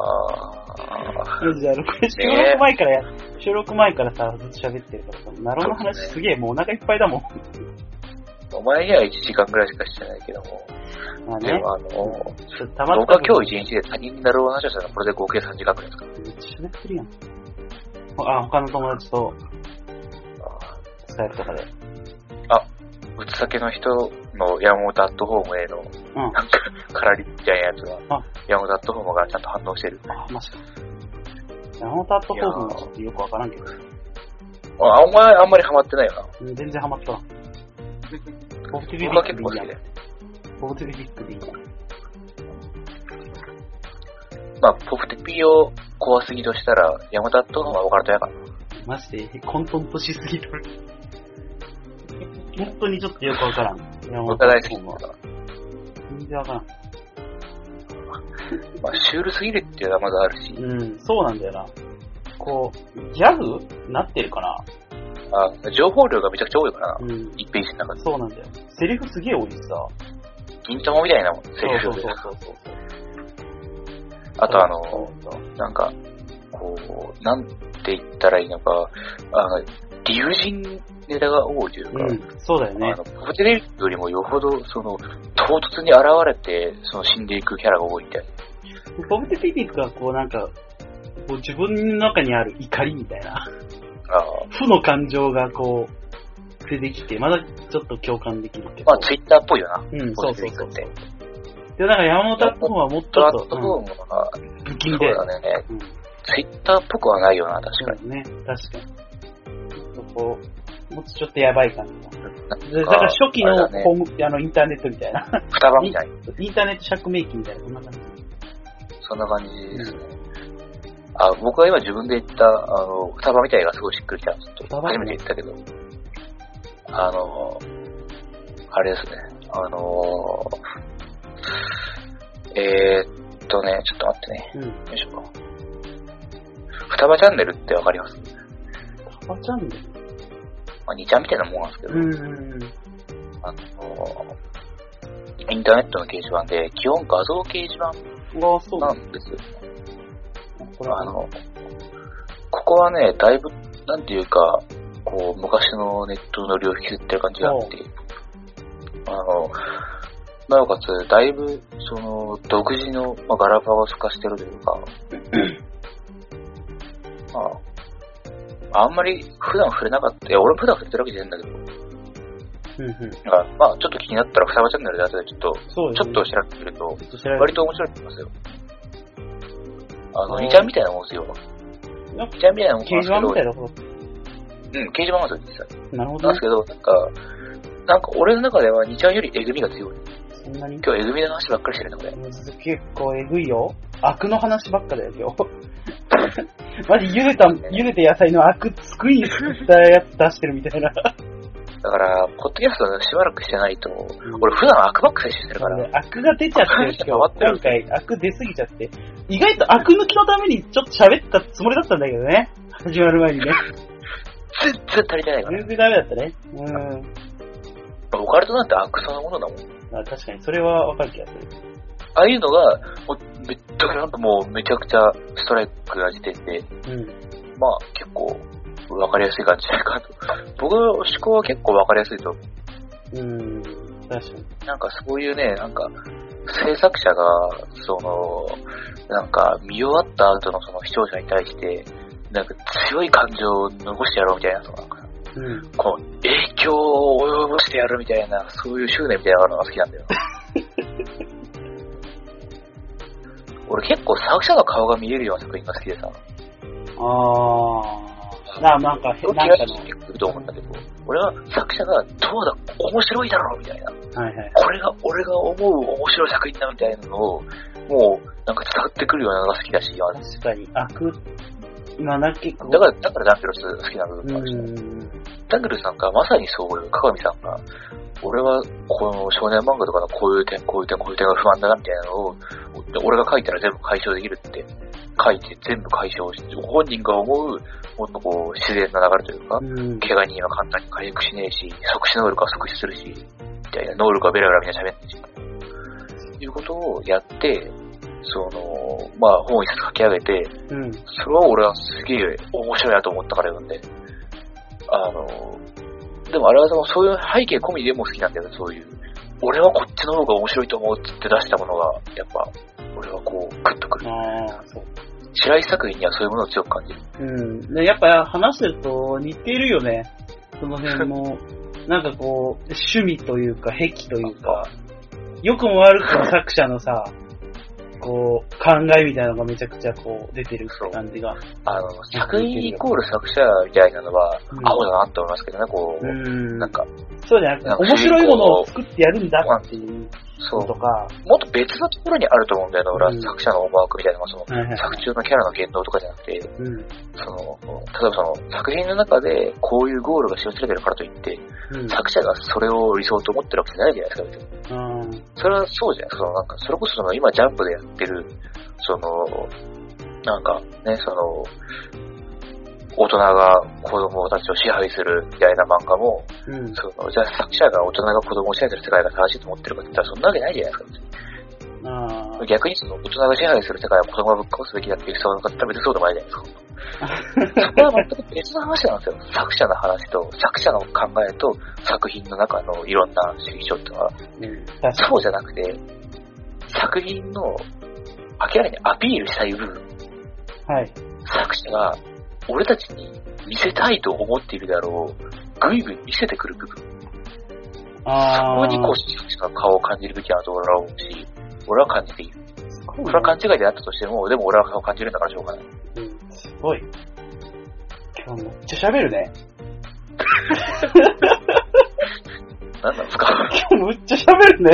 じゃあ、これ収録前からさ、ずっと喋ってるからさ、ナローの話すげえもうお腹いっぱいだもん。 お前には1時間くらいしかしてないけども。 まあね。 でも僕は今日1日で他人になる話をしたらこれで合計3時間くらいですから。 めっちゃ喋ってるやん。他の友達と、スカイプとかで。 うつ酒の人の山本アットホームへの、なんか、カラリみたいなやつは、山本アットホームがちゃんと反応してる。 マジか。山本アットホームはちょっとよくわからんけど。 お前あんまりハマってないよな。 全然ハマったな。ポジティビ僕は結構好きで。 ポジティビビックでいいな。 まあ、ポジティビを怖すぎとしたら、山本アットホームは分かるとやかな。 マジで混沌としすぎる。本当にちょっとよくわからん。 僕が大好きなのは。 全然わからん。 まあ、シュールすぎるっていうのはまずあるし。 そうなんだよな。こう、ギャグなってるかな。 情報量がめちゃくちゃ多いからな。1ページの中で。 そうなんだよ。セリフすげえ多いしさ。 銀玉みたいなセリフで。 そう。 あとなんか、こう、なんて言ったらいいのか、理不尽ネタが多いというか、 そうだよね。 ポジティブよりもよほど、唐突に現れて、死んでいくキャラが多いみたいな。 ポジティブがこうなんか、こう自分の中にある怒りみたいな。負の感情がこう、出てきて、まだちょっと共感できるけど。 まあ、ツイッターっぽいよな。 そう。 で、なんか山本アットホームはもっとプラットフォームが、 不気味で。 そうだね。ツイッターっぽくはないよな、確かに。 そうね、確かに。こう、もっとちょっとやばい感じの。だから初期のホーム、インターネットみたいな。 双葉みたいな。 インターネット釈明期みたいな、そんな感じ。 そんな感じですね。僕が今自分で言った、双葉みたいがすごいしっくりきた。ちょっと初めて言ったけど。あれですね。ちょっと待ってね。よいしょ。双葉チャンネルってわかります？ 双葉チャンネル？ まあ、2ちゃんみたいなもんなんですけど。インターネットの掲示板で、基本画像掲示板なんですよ。ここはね、だいぶ、なんていうか、こう、昔のネットの領域を引きずってる感じがあって、なおかつ、だいぶ、独自の、ガラパゴス化してるというか、あんまり普段触れなかった。いや、俺も普段触れてるわけじゃないんだけど。だから、ちょっと気になったら、双葉チャンネルで後でちょっと調べてみると、割と面白いと思いますよ。2ちゃんみたいなもんですよ。2ちゃんみたいなもんですけど。掲示板みたいなこと？ 掲示板なんですよ、実際。 なるほど。 なんですけど、なんか俺の中では2ちゃんよりえぐみが強い。 そんなに？ 今日えぐみの話ばっかりしてるね、これ。 結構えぐいよ。悪の話ばっかだよ、今日。マジ茹でた野菜の悪作りに作ったやつ出してるみたいな。 だから、ポッドキャストしばらくしてないと、俺普段悪ばっかりしてるから。 悪が出ちゃってる今回悪出すぎちゃって。意外と悪抜きのためにちょっと喋ったつもりだったんだけどね。始まる前にね。 全然足りてないから。 全然ダメだったね。 オカルトなんて悪そのものだもん。 確かに、それはわかる気がする。 ああいうのが、もうめちゃくちゃストライクな時点で、結構わかりやすい感じじゃないかと。僕の思考は結構わかりやすいと思う。 確かに。 なんかそういうね、なんか、制作者が、なんか見終わった後のその視聴者に対して、なんか強い感情を残してやろうみたいな、こう、影響を及ぼしてやるみたいな、そういう執念みたいなのが好きなんだよ。俺結構作者の顔が見えるような作品が好きでさ。なんか結構来ると思うんだけど、俺は作者がどうだ、面白いだろうみたいな。これが俺が思う面白い作品だみたいなのを、もうなんか伝わってくるようなのが好きだし、 確かに。結構。 だからダンベルス好きな部分もあるし、ダンベルスなんかまさにそういう、鏡さんが、俺はこの少年漫画とかのこういう点が不安だなみたいなのを、俺が書いたら全部解消できるって書いて全部解消して、本人が思う、もっとこう自然な流れというか、怪我人は簡単に回復しねえし、即死能力は即死するし、みたいな能力はベラベラみんな喋ってるし、いうことをやって、本一冊書き上げて、それは俺はすげえ面白いなと思ったから読んで、でもあれはそういう背景込みでも好きなんだよね、そういう。俺はこっちの方が面白いと思うって出したものが、やっぱ、俺はこう、グッとくる。白石作品にはそういうものを強く感じる。 でやっぱ話してると似てるよね。その辺も、なんかこう、趣味というか、癖というか、良くも悪くも作者のさ、こう、考えみたいなのがめちゃくちゃこう、出てるって感じが。 作品イコール作者みたいなのは、アホだなって思いますけどね、こう、なんか。 そうじゃなくて、面白いものを作ってやるんだっていうとか。 もっと別のところにあると思うんだよね、俺は作者の思惑みたいなのが、作中のキャラの言動とかじゃなくて、例えば作品の中でこういうゴールが示されてるからといって、作者がそれを理想と思ってるわけじゃないじゃないですか、別に。それはそうじゃないですか、なんか、それこそ今ジャンプでやってる、なんかね、大人が子供たちを支配するみたいな漫画も、じゃあ作者が大人が子供を支配する世界が正しいと思ってるかって言ったらそんなわけないじゃないですか、別に。逆に大人が支配する世界は子供がぶっ壊すべきだっていう人が別にそうでもないじゃないですか。そこは全く別の話なんですよ。作者の話と、作者の考えと、作品の中のいろんな主義書っていうのは、そうじゃなくて、作品の明らかにアピールしたい部分、作者が俺たちに見せたいと思っているであろう、ぐいぐい見せてくる部分、そこにこう作者の顔を感じるべきだなと俺は思うし、 俺は感じている。これは勘違いであったとしても、でも俺は感じるんだからしょうがない。 すごい。今日めっちゃ喋るね。 何なんですか？ 今日めっちゃ喋るね。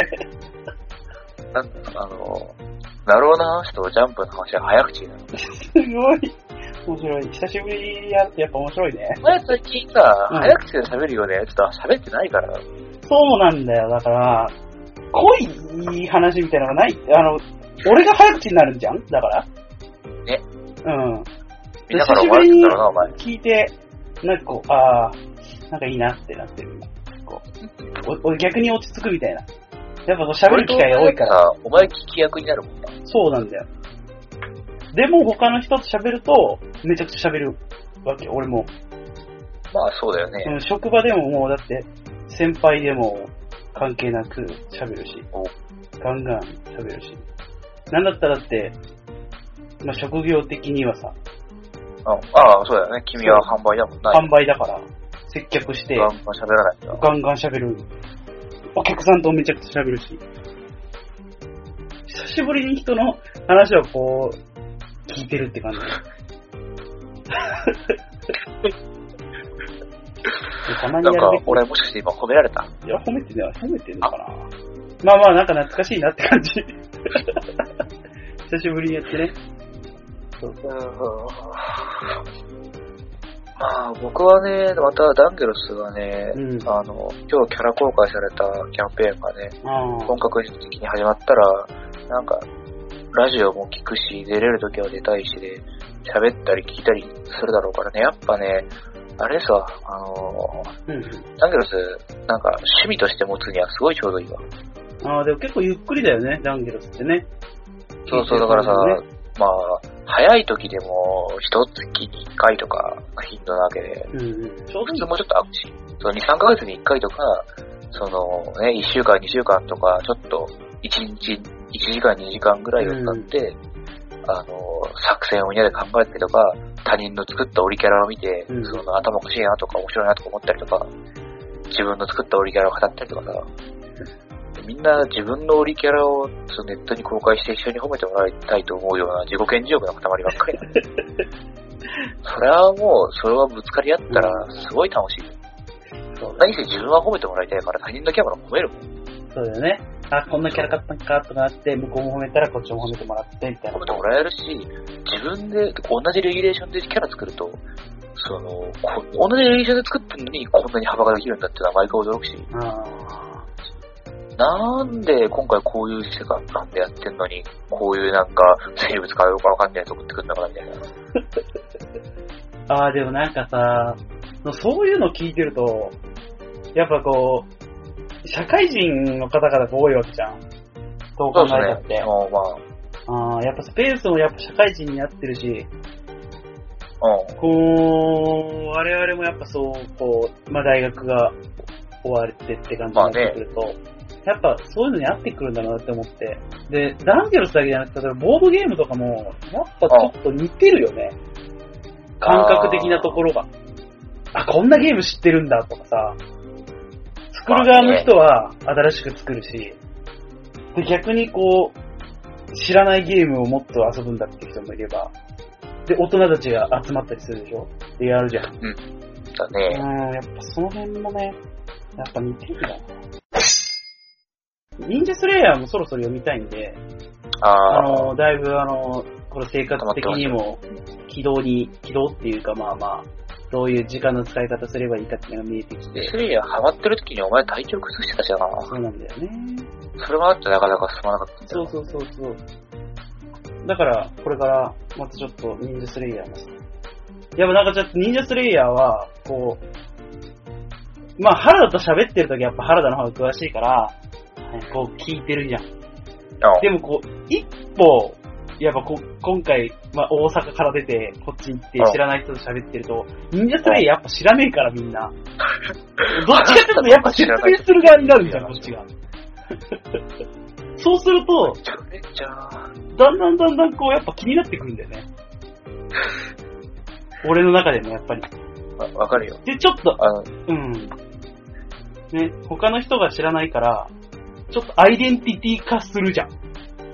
なろうな話とジャンプの話は早口になる。 すごい。面白い。久しぶりにやってやっぱ面白いね。 最近さ、早口で喋るようなやつとは喋ってないから。 そうなんだよ。だから、濃い話みたいなのがない。俺が早口になるんじゃんだから。 ね。 うん。 みんなから思われてんだろうな、お前。 聞いて、なんかこう、なんかいいなってなってる。こう逆に落ち着くみたいな。やっぱこう喋る機会が多いから。 お前聞き役になるもんな。 そうなんだよ。でも他の人と喋ると、めちゃくちゃ喋るわけ、俺も。 まあそうだよね。 職場でももうだって、先輩でも関係なく喋るし、ガンガン喋るし。なんだったらだって、まあ職業的にはさ。 そうだよね。君は販売だもんな。 販売だから、接客して、 ガンガン喋らないんだ。 ガンガン喋る。お客さんとめちゃくちゃ喋るし。久しぶりに人の話をこう、聞いてるって感じ。たまにやるなんか、俺もしかして今褒められた？ いや、褒めてんのかな。まあまあ、なんか懐かしいなって感じ。久しぶりにやってね。 まあ、僕はね、またダンゲロスがね、今日キャラ公開されたキャンペーンがね、本格的に始まったら、なんか、ラジオも聞くし、出れるときは出たいしで、喋ったり聞いたりするだろうからね、やっぱね、あれさ、ダンゲロス、なんか趣味として持つにはすごいちょうどいいわ。 でも結構ゆっくりだよね、ダンゲロスってね。 そうそう、だからさ、まあ、早い時でも、一月に1回とか頻度なわけで、普通もちょっとあるし、2、3ヶ月に1回とか、1週間、2週間とか、ちょっと、1日、1時間、2時間ぐらいを使って、作戦をみんなで考えたりとか、他人の作ったオリキャラを見て、頭おかしいなとか面白いなとか思ったりとか、自分の作ったオリキャラを語ったりとかさ、みんな自分のオリキャラをネットに公開して一緒に褒めてもらいたいと思うような自己顕示欲の塊ばっかりなんで。それはもう、それはぶつかり合ったらすごい楽しい。何せ自分は褒めてもらいたいから他人のキャラも褒めるもん。 そうだよね。こんなキャラ買ったんかとかあって、向こうも褒めたらこっちも褒めてもらってみたいな。 褒めてもらえるし、自分で同じレギュレーションでキャラ作ると、同じレギュレーションで作ってるのにこんなに幅ができるんだっていうのは毎回驚くし。なんで今回こういう世界観でやってんのに、こういうなんか生物かどうかわかんないやつ送ってくんだからみたいな。でもなんかさ、そういうの聞いてると、やっぱこう、社会人の方々が多いわけじゃん。どう考えたって。やっぱスペースもやっぱ社会人になってるし、我々もやっぱ大学が終わってって感じになってくると、やっぱそういうのに合ってくるんだなって思って。で、ダンゲロスだけじゃなくて、ボードゲームとかも、やっぱちょっと似てるよね。感覚的なところが。こんなゲーム知ってるんだとかさ、作る側の人は新しく作るし、で逆に知らないゲームをもっと遊ぶんだっていう人もいれば、で、大人たちが集まったりするでしょ？で、やるじゃん。 だね。 やっぱその辺もね、やっぱ似てるんだな。忍者スレイヤーもそろそろ読みたいんで、だいぶこれ生活的にも軌道っていうかどういう時間の使い方すればいいかっていうのが見えてきて。 スレイヤーハマってる時にお前体調崩してたじゃん。 そうなんだよね。 それもあってなかなか進まなかったんだよ。 そう。だから、これからまたちょっと忍者スレイヤーも。やっぱなんかちょっと忍者スレイヤーは、原田と喋ってる時はやっぱ原田の方が詳しいから、聞いてるじゃん。でも一歩、やっぱ今回、大阪から出て、こっち行って知らない人と喋ってると、忍者スレイヤーやっぱ知らねえからみんな。どっちかっていうとやっぱ説明する側になるじゃん、こっちが。そうすると、だんだんやっぱ気になってくるんだよね。俺の中でもやっぱり。 わかるよ。 で、ちょっと、ね、他の人が知らないから、ちょっとアイデンティティ化するじゃん。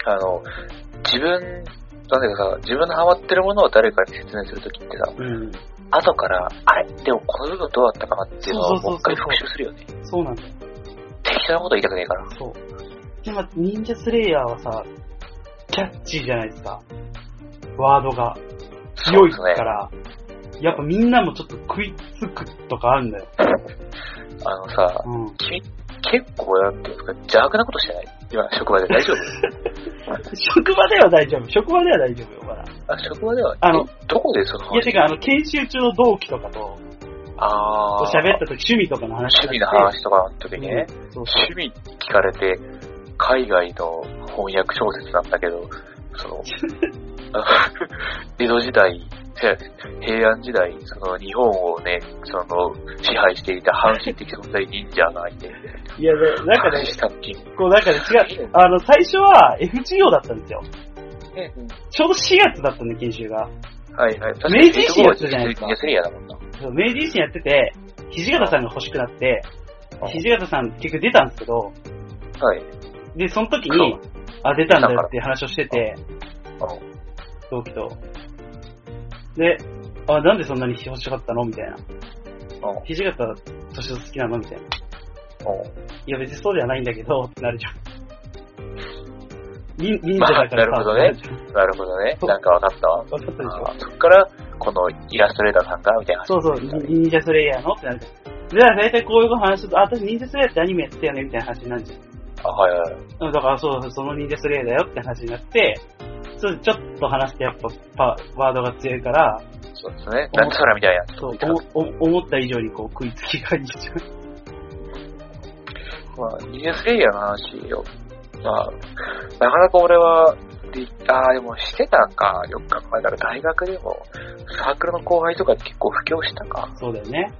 自分のハマってるものを誰かに説明するときってさ、後から、あれでもこの部分どうだったかなっていうのをもう一回復習するよね。 そうなんだよ。 適当なこと言いたくねえから。 そう。でも、忍者スレイヤーはさ、キャッチーじゃないですか。ワードが。強いから、やっぱみんなもちょっと食いつくとかあるんだよ。 君、結構なんていうんですか、邪悪なことしてない？今、職場で大丈夫？ 職場では大丈夫。職場では大丈夫よ、まだ。 あ、職場ではどこでその話？ いや、てか、研修中の同期とかと、喋った時、趣味とかの話。 趣味の話とかの時にね、趣味聞かれて、海外の翻訳小説なんだけど、江戸時代、平安時代、日本をね、支配していた阪神的存在忍者がいて、 いや、なんかね、違う。最初は FGO だったんですよ。ちょうど4月だったんで、研修が。 はいはい。 明治維新やってたじゃないですか。 明治維新やってて、土方さんが欲しくなって、土方さん結局出たんですけど、 はい。 で、その時に、出たんだよっていう話をしてて、同期と。で、なんでそんなに欲しかったのみたいな。土方歳三好きなのみたいな。いや別にそうじゃないんだけど、ってなるじゃん。忍者だからなるほどね。なるほどね。なんか分かったわ。 分かったでしょ。 そっから、このイラストレーターさんが、みたいな。 そう、忍者スレイヤーのってなるじゃん。じゃあ大体こういう話すると、私忍者スレイヤーってアニメやってよねみたいな話になるじゃん。 はいはい。 だからその忍者スレイヤーだよって話になって、ちょっと話してやっぱワードが強いから、 そうですね。なんでそらみたいな。 そう、思った以上にこう食いつきがいいじゃん。 忍者スレイヤーの話を、なかなか俺は、でもしてたか、よく考えたら大学でも、サークルの後輩とかで結構布教したか。 そうだよね。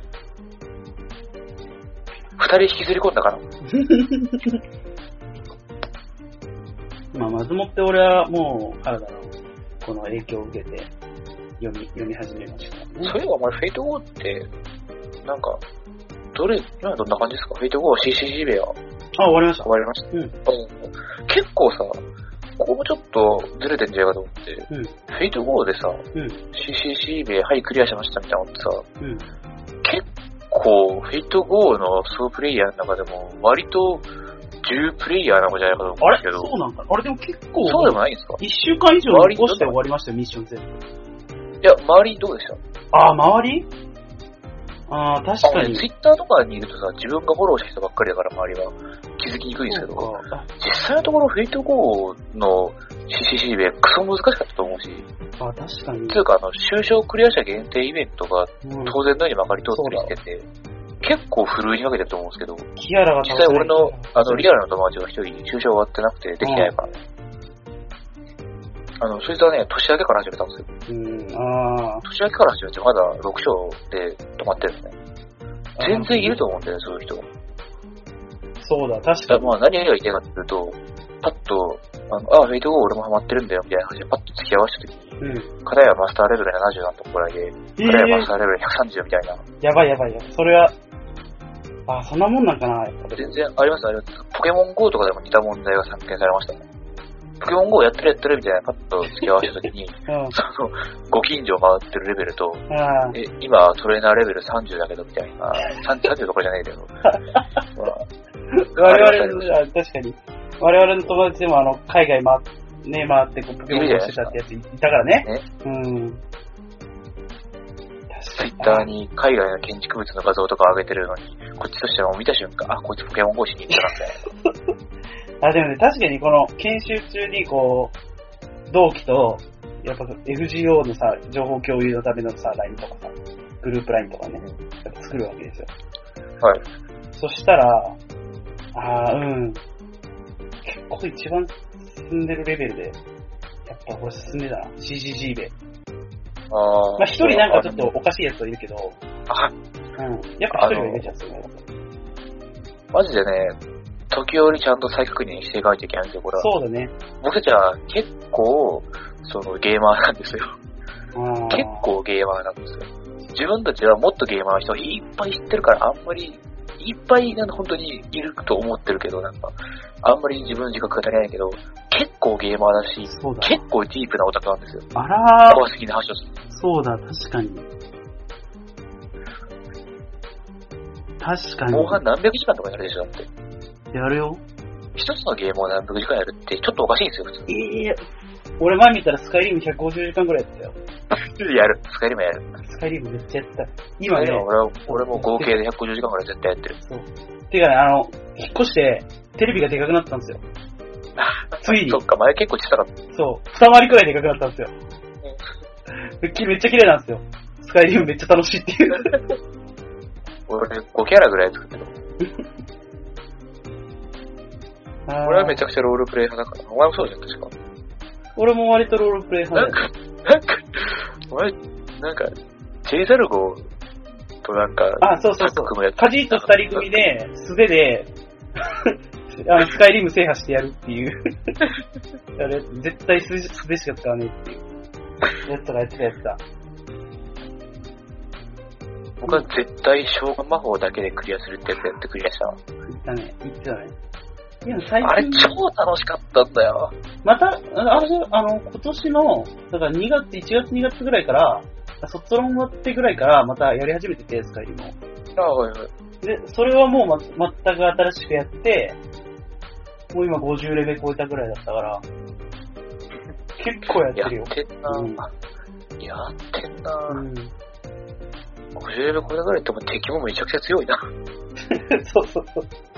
2人引きずり込んだから。 まずもって俺はもう、原田のこの影響を受けて読み始めましたね。 そういえばお前、フェイト GO って、なんか、今どんな感じですか？フェイト GO は CCG 部屋。 終わりました。 終わりました。結構さ、ここもちょっとずれてんじゃないかと思って、フェイト GO でさ、CCC 部屋、はい、クリアしましたみたいなのってさ、結構、フェイト GO のソープレイヤーの中でも、割と、10プレイヤーなのじゃないかと思うんですけど。 そうなんか。あれでも結構。 そうでもないんですか？ 1週間以上残して終わりましたよ、ミッション全部。 いや、周りどうでした？ 周り？確かに。 ツイッターとかにいるとさ、自分がフォローした人ばっかりだから周りは気づきにくいんですけど、実際のところフェイト GO の CCC でクソ難しかったと思うし。 確かに。 つうか、終章クリア者限定イベントが当然のようにまかり通ってきてて、結構ふるいにかけてると思うんですけど、 キアラが実際俺の、リアルな友達が一人、終章終わってなくてできてないからね。そいつはね、年明けから始めたんですよ。年明けから始めてまだ6章で止まってるんですね。全然いると思うんだよね、そういう人が。 そうだ、確かに。 何が言いたいかっていうと、パッと、フェイト GO 俺もハマってるんだよ、みたいな話でパッと付き合わせたときに、片やマスターレベル70なんとこらいで、片やマスターレベル130みたいな。 やばい。それは、そんなもんなんかな、 全然あります。ポケモン GO とかでも似た問題が散見されましたね。ポケモン GO やってるみたいなパッと付き合わせたときに、ご近所回ってるレベルと、今トレーナーレベル30だけどみたいな、30とかじゃないけど。 我々、確かに。我々の友達でも海外回ってポケモン GO してたってやついたからね。 ツイッターに海外の建築物の画像とか上げてるのに、こっちとしては見た瞬間、こいつポケモン GO しに行ったなみたいな。 でもね、確かにこの研修中に同期と、やっぱ FGO のさ、情報共有のためのさ、LINE とかさ、グループ LINE とかね、やっぱ作るわけですよ。 はい。 そしたら、結構一番進んでるレベルで、やっぱこれ進んでたな、CCG で。一人なんかちょっとおかしいやつはいるけど、やっぱ一人がいるじゃん、 マジでね、時折ちゃんと再確認していかないといけないんですよ、これは。 そうだね。 僕たちは結構、ゲーマーなんですよ。結構ゲーマーなんですよ。自分たちはもっとゲーマーの人いっぱい知ってるから、あんまり、いっぱい本当にいると思ってるけど、あんまり自分の自覚が足りないけど、結結構ゲーマーだし、結構ディープなオタクなんですよ。 あらー。 怖すぎな話をする。 そうだ、確かに。確かに。 後半何百時間とかやるでしょ、だって。 やるよ。 一つのゲームを何百時間やるってちょっとおかしいんですよ、普通。 俺前見たらスカイリム150時間くらいやったよ。 やる。スカイリムやる。 スカイリムめっちゃやった。今ね。 俺も合計で150時間くらい絶対やってる。 そう。てかね、引っ越して、テレビがでかくなったんですよ。ついに。 そっか、前結構小さかった。 そう。二回りくらいでかくなったんですよ。めっちゃ綺麗なんですよ。スカイリムめっちゃ楽しいっていう。 俺5キャラぐらい作ってる。俺はめちゃくちゃロールプレイ派だから。お前もそうじゃん、確か。 俺も割とロールプレイ派だよ。 お前、チェイザルゴとそう。カジーと二人組で、素手で、スカイリム制覇してやるっていう。あれ、絶対素手しか使わねえっていう。やつとかやってた。 僕は絶対召喚魔法だけでクリアするってやつやってクリアした。 言ってたね。いや、最近あれ超楽しかったんだよ。 また、今年の、だから1月2月ぐらいから、卒論終わってぐらいからまたやり始めてて、スカイリムを。 はい。 で、それはもう全く新しくやって、もう今50レベル超えたぐらいだったから、結構やってるよ。 やってんな。50レベル超えたぐらいっても敵もめちゃくちゃ強いな。 そう。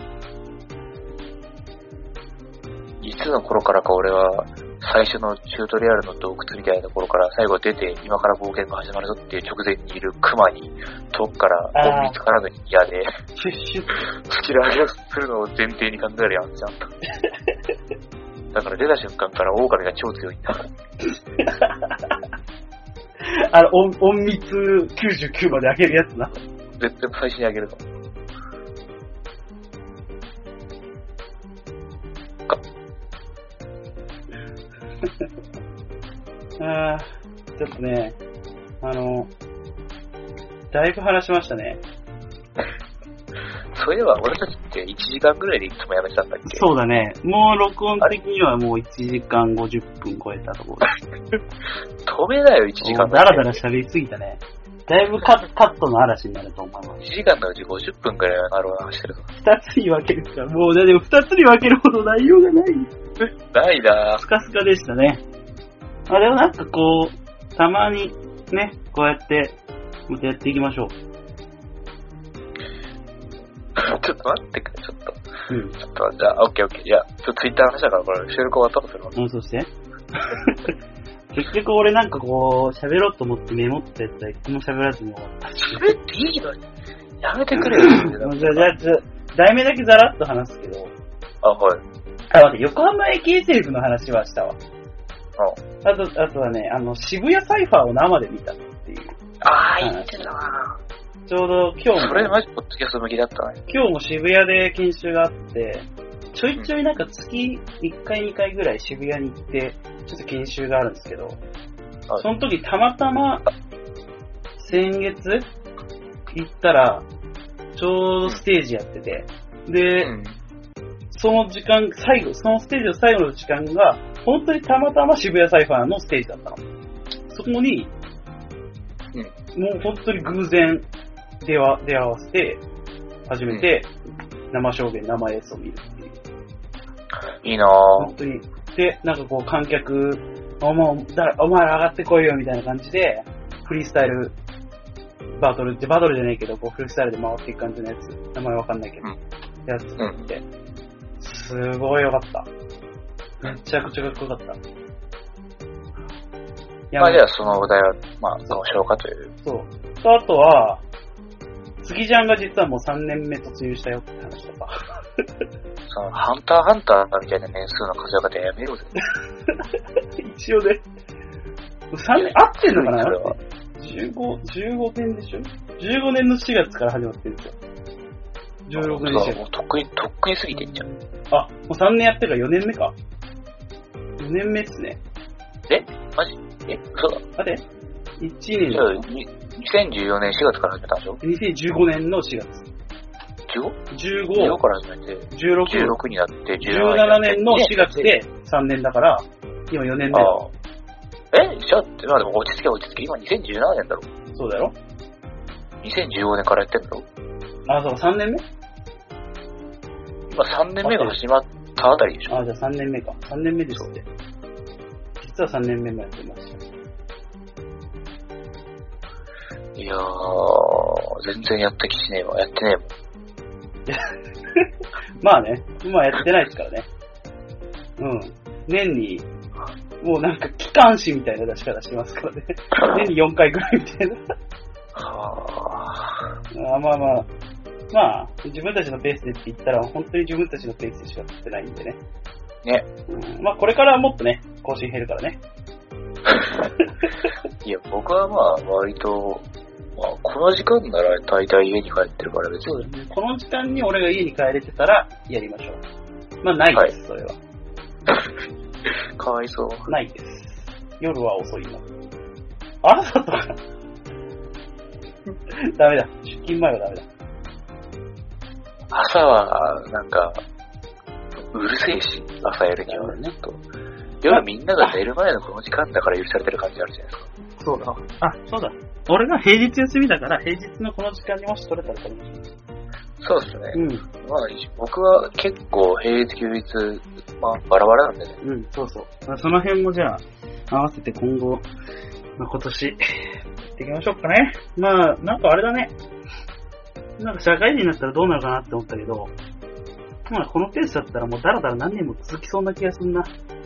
いつの頃からか俺は最初のチュートリアルの洞窟みたいなところから最後出て今から冒険が始まるぞっていう直前にいるクマに遠くから見つからずに嫌でスキル上げをするのを前提に考えるやんちゃんと。だから出た瞬間から狼が超強いんだ。 隠密99まで上げるやつな。 絶対最初に上げるの。 ちょっとね、だいぶ話しましたね。 そういえば俺たちって1時間ぐらいでいつもやめてたんだっけ？ そうだね。もう録音的にはもう1時間50分超えたところ。 止めなよ、1時間。 だらだら喋りすぎたね。だいぶカットの嵐になると思います。 1時間のうち50分くらいはなる話してるぞ。 2つに分けるから、もうでも2つに分けるほど内容がない。 ないなぁ。 スカスカでしたね。でもこう、たまにね、こうやって、またやっていきましょう。 ちょっと待ってくれ、ちょっと、じゃあ、オッケー。いや、ツイッターの話だから、これ、収録終わったとするわ。 そうして。結局俺こう、喋ろうと思ってメモったやつは一個も喋らずに終わったし。 喋っていいのに。やめてくれよ。 じゃあ、題名だけざらっと話すけど。 はい。 待って、横浜駅 SF の話はしたわ。あとはね、渋谷サイファーを生で見たっていう。 言ってたな。 ちょうど今日も。 それマジポッドキャスト向きだったね。 今日も渋谷で研修があって、ちょいちょい月1回2回ぐらい渋谷に行って、ちょっと研修があるんですけど、その時たまたま、先月行ったら、ちょうどステージやってて、で、その時間、そのステージの最後の時間が、本当にたまたま渋谷サイファーのステージだったの。そこに、もう本当に偶然出会わせて、初めて生証言、生演奏を見るっていう。 いいなぁ。 本当に。で、こう観客、お前ら上がってこいよみたいな感じで、フリースタイルバトルじゃないけど、こうフリースタイルで回っていく感じのやつ、名前わかんないけど、やつって、すごい良かった。めちゃくちゃかっこよかった。 じゃあそのお題は、その消化という。 そう。あとは、杉ちゃんが実はもう3年目突入したよって話とか。 その、ハンターみたいな年数の数え方やめろぜ。 一応ね。3年、合ってんのかな ?15 年でしょ ?15 年の4月から始まってるんですよ。16年でしょ。 もうとっくに過ぎてんじゃん。 もう3年やってるから4年目か。4年目っすね。 マジ？嘘だ。 待って。1年。 じゃあ、2014年4月から始めたんでしょ？ 2015年の4月。 15から始めて、16になって 17年の4月で3年だから、今4年目。 じゃあ、まあでも落ち着け。今2017年だろ。 そうだよ。 2015年からやってんだろ。 そう、3年目？ 今3年目が始まったあたりでしょ。 じゃあ3年目か。3年目ですって。実は3年目もやってました。 いや全然やった気しねえわ。やってねえもん。 まあね、今やってないですからね。年に、もうなんか機関誌みたいな出し方してますからね。年に4回ぐらいみたいな。まあ、自分たちのペースでって言ったら、本当に自分たちのペースでしかやってないんでね。 ね。 まあこれからはもっとね、更新減るからね。 いや、僕はまあ割と、この時間なら大体家に帰ってるから別に。 そうですね。この時間に俺が家に帰れてたらやりましょう。まあないです、それは。 かわいそう。 ないです。夜は遅いの。朝とかダメだ。出勤前はダメだ。 朝は、なんか、うるせえし、朝やるには。夜みんなが寝る前のこの時間だから許されてる感じあるじゃないですか。 そうだ。そうだ。俺が平日休みだから、平日のこの時間にもし取れたら取りましょう。 そうですね。まあ、僕は結構平日休日、バラバラなんでね。 そうそう。その辺もじゃあ、合わせて今後、今年、やっていきましょうかね。なんかあれだね。なんか社会人になったらどうなるかなって思ったけど、このペースだったらもうだらだら何年も続きそうな気がするな。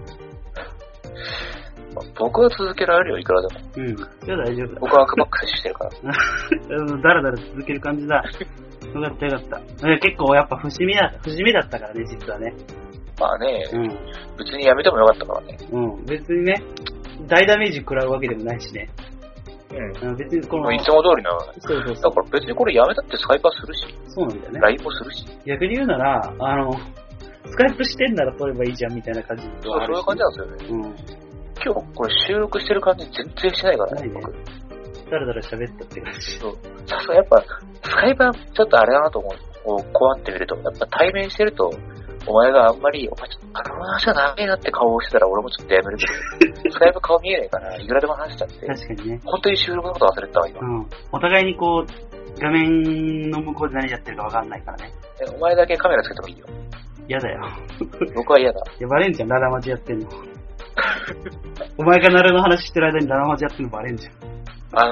僕は続けられるよ、いくらでも。 じゃあ大丈夫だ。 僕はアクバックスしてるから。 だらだら続ける感じだ。よかった。結構やっぱ節目だったからね、実はね。 まあね、別にやめてもよかったからね。 別にね、大ダメージ食らうわけでもないしね。別にこのいつも通りの。そう。だから別にこれやめたってスカイプはするし。 そうなんだよね。 LINE もするし。 逆に言うなら、スカイプしてんなら撮ればいいじゃんみたいな感じ。 そういう感じなんですよね。今日これ収録してる感じ全然してないからね、僕。 だらだら喋ったって感じ。 そう。さすがやっぱ、スカイプはちょっとあれだなと思う。こうやってみると、やっぱ対面してると、お前があんまり、お前ちょっと話が長いなって顔をしてたら俺もちょっとやめるけど、スカイプ顔見えないから、いくらでも話しちゃって。 確かにね。 本当に収録のこと忘れてたわ、今。 お互いにこう、画面の向こうで何やってるかわかんないからね。 お前だけカメラつけてもいいよ。 嫌だよ。 僕は嫌だ。 いや、バレんじゃん、ララマジやってんの。お前がナルの話してる間にララマジやってんのバレんじゃん。 ラ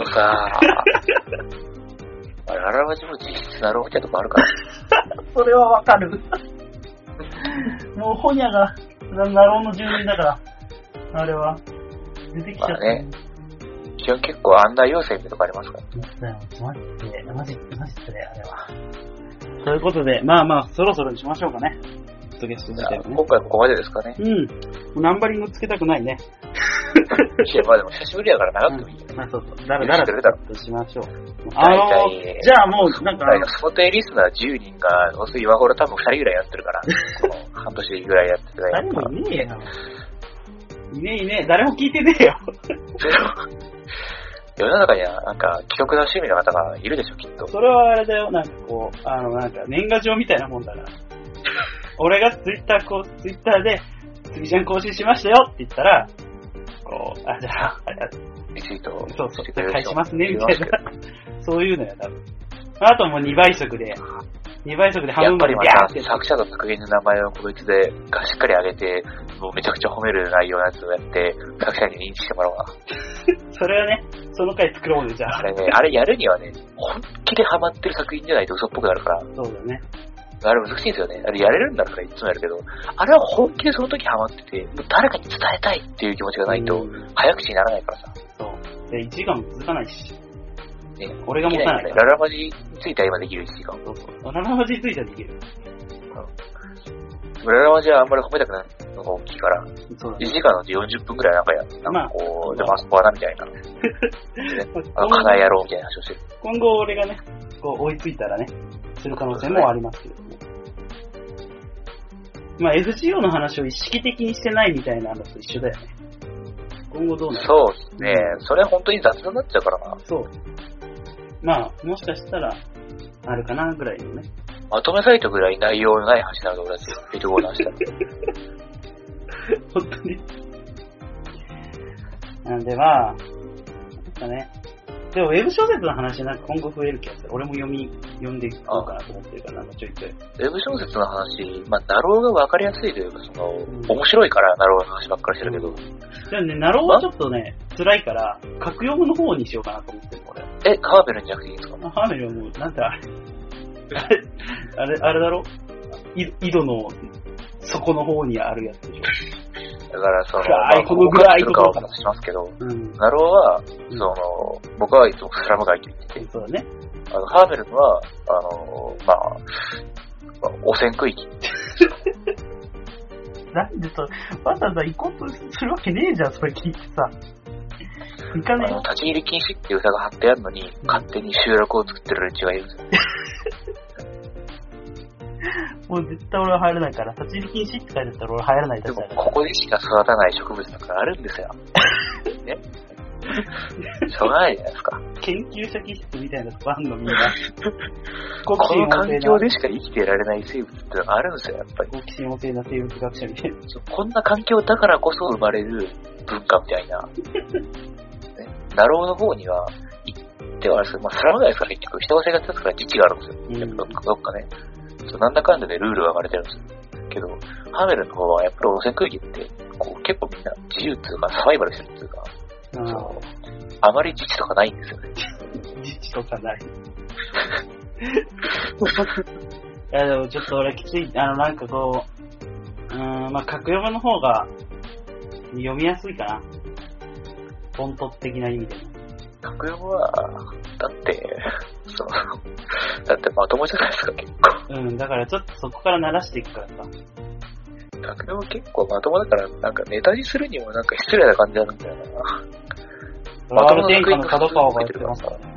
ラマジも実質ナルマジやとかあるから。 それはわかる。もうホニャがナローの住人だから、あれは出てきちゃった、 ね。基本結構案内要請ってとこありますから。 マジってね、あれは。ということで、そろそろにしましょうかね。ゲスト自体はね。 今回ここまでですかね。 ナンバリングつけたくないね。 いや、でも久しぶりだから長くてもいいよね。 そう。だらとしましょう。じゃあもう、なんか。 想定リスナー10人が、今頃多分2人ぐらいやってるから、この半年ぐらいやってるから。 誰もいねえよ。いねえ。誰も聞いてねえよ。 世の中には、なんか、既得な趣味の方がいるでしょ、きっと。 それはあれだよ、なんかこう、なんか、年賀状みたいなもんだから。俺がツイッターで、次ちゃん更新しましたよって言ったら、こう、じゃあ、 リツイートを。 そう、返しますね、みたいな。そういうのや、多分。あともう2倍速で半分までビャーって。 作者の作品の名前をこいつでしっかり上げて、もうめちゃくちゃ褒める内容のやつをやって、作者に認知してもらおうな。 それはね、その回作ろうね、じゃあ。 あれやるにはね、本気でハマってる作品じゃないと嘘っぽくなるから。 そうだね。 あれ難しいんですよね。あれやれるんだからいつもやるけど、あれは本気でその時ハマってて、もう誰かに伝えたいっていう気持ちがないと、早口にならないからさ。 そう。で、1時間も続かないし。 ね、 俺が持たないから。 ララマジについては今できる1時間。 そう。ララマジについてはできる。 ララマジはあんまり褒めたくないのが大きいから、 そうだね、 1時間のうち40分くらいなんかこう、でマスコアなみたいな。課題やろうみたいな話をしてる。 今後俺がね、こう追いついたらね、する可能性もありますけどね。FGO の話を意識的にしてないみたいなのと一緒だよね。今後どうなる？ そうですね。それは本当に雑になっちゃうからな。 そう。もしかしたら、あるかなぐらいのね。 まとめサイトぐらい内容のない話なので、俺たち、フェイトゴーの話だ。 本当に。なんでまあ、ね。でもウェブ小説の話なんか今後増える気がする。俺も読んでいこうかなと思ってるから、なんかちょいちょい。 ウェブ小説の話、まあ、ナローが分かりやすいというか、面白いからナローの話ばっかりしてるけど。 でもね、ナローはちょっとね、辛いから、格読むの方にしようかなと思ってる、俺。 ハーベルじゃなくていいんですか？ ハーベルはもう、なんてあれだろ？井戸の底の方にあるやつでしょ。 だからこのぐらいとかを話しますけど、ナローは、僕はいつもスラム街と言ってて、 そうだね。 ハーベルは、汚染区域。 なんでわざわざ行こうとするわけねえじゃん、それ聞いてさ。行かねえ。 立ち入り禁止っていう歌が貼ってあるのに、勝手に集落を作ってる連中がいるんですよ。 もう絶対俺は入れないから、立ち入り禁止って書いてあったら俺入らないだから。 でもここでしか育たない植物とかあるんですよ。ね。しょうがないじゃないですか。 研究者気質みたいなとこあんのみんな。 この環境でしか生きていられない生物ってのがあるんですよ、やっぱり。 好奇心旺盛な生物学者みたいな。 こんな環境だからこそ生まれる文化みたいな。ね、ナローの方には行ってはあれですけど、スラム街ですから結局人が生活ですから自治があるんですよ。どっかね。なんだかんだでルールが生まれてるんですよ。けど、ハーベルの方はやっぱり汚染区域って、結構みんな自由っていうかサバイバルしてるっていうか、あまり自治とかないんですよね。 自治とかない。いやでもちょっと俺きつい、なんか格読むの方が読みやすいかな。本当的な意味でも。 格読むは、だってまともじゃないですか、結構。 だからちょっとそこから慣らしていくからさ。 格読む結構まともだから、なんかネタにするにもなんか失礼な感じなんだよな。 まともな天下の角川がやってますからね。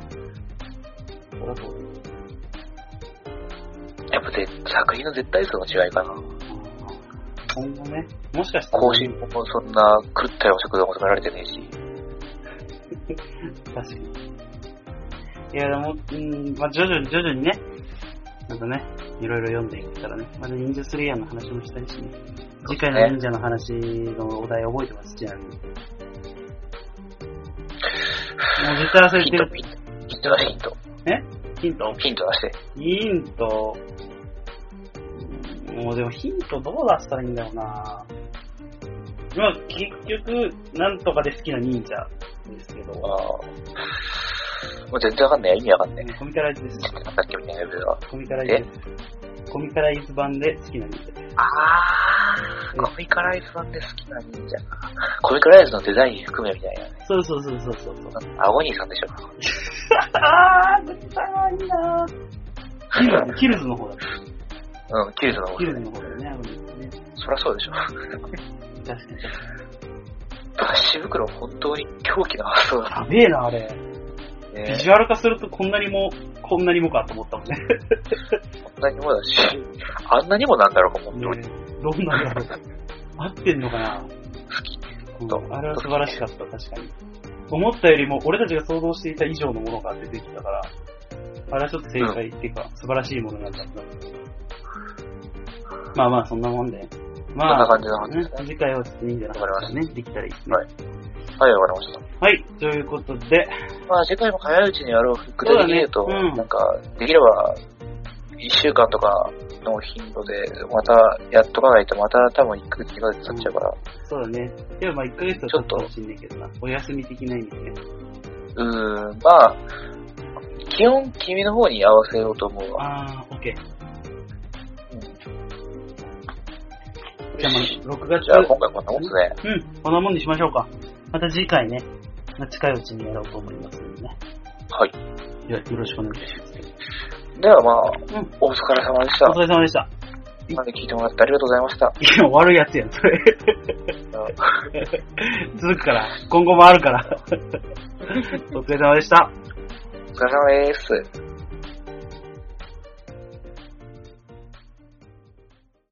やっぱ作品の絶対数の違いかな。 今後ね、もしかしたら。 更新もそんな狂ったような速度が求められてねえし。 確かに。いや、でも、徐々にね、なんかね、いろいろ読んでいったらね、まだ忍者スレイヤーの話もしたいしね。次回の忍者の話のお題覚えてます、ちなみに。もう絶対忘れてる。 ヒント出して。 ヒントヒント出して。 ヒント、もうでもヒントどう出したらいいんだろうな。結局、なんとかで好きな忍者ですけど。 もう全然わかんない。意味わかんない。 コミカライズです。 さっきみたいなやつは。 コミカライズです。コミカライズ版で好きな忍者です。 コミカライズ版で好きな忍者か。コミカライズのデザイン含めみたいなね。 そう。 アゴニーさんでしょ。 絶対いいなぁ。キルズの方だった。 キルズの方だよね、アゴニーね。 そりゃそうでしょ。 確かに。 バッシュ袋本当に狂気な発想だ。 やべえな、あれ。ビジュアル化するとこんなにもかと思ったもんね。 こんなにもだし、あんなにもなんだろうかも、本当に。 どんなんだろう。合ってんのかな。 好き。 あれは素晴らしかった、確かに。思ったよりも俺たちが想像していた以上のものが出てきたから、あれはちょっと正解っていうか、素晴らしいものなんだった。まあそんなもんで。 そんな感じの話ですね。 次回はちょっと忍者の話ね、できたらいいですね。 はい、わかりました。 はい、ということで。 次回も早いうちにやろう。具体的に言うと、なんか、できれば、1週間とかの頻度で、またやっとかないと、また多分1ヶ月、2ヶ月経っちゃうから。 そうだね。でも1ヶ月はちょっと欲しいんだけどな。お休み的な意味でね。 基本君の方に合わせようと思うわ。 オッケー。じゃあ6月。 じゃあ今回こんなもんですね。 こんなもんにしましょうか。また次回ね、近いうちにやろうと思いますのでね。 はい。 ではよろしくお願いします。 ではお疲れ様でした。 お疲れ様でした。 今まで聞いてもらってありがとうございました。 いや、悪いやつやん、それ。続くから、今後もあるから。お疲れ様でした。 お疲れ様です。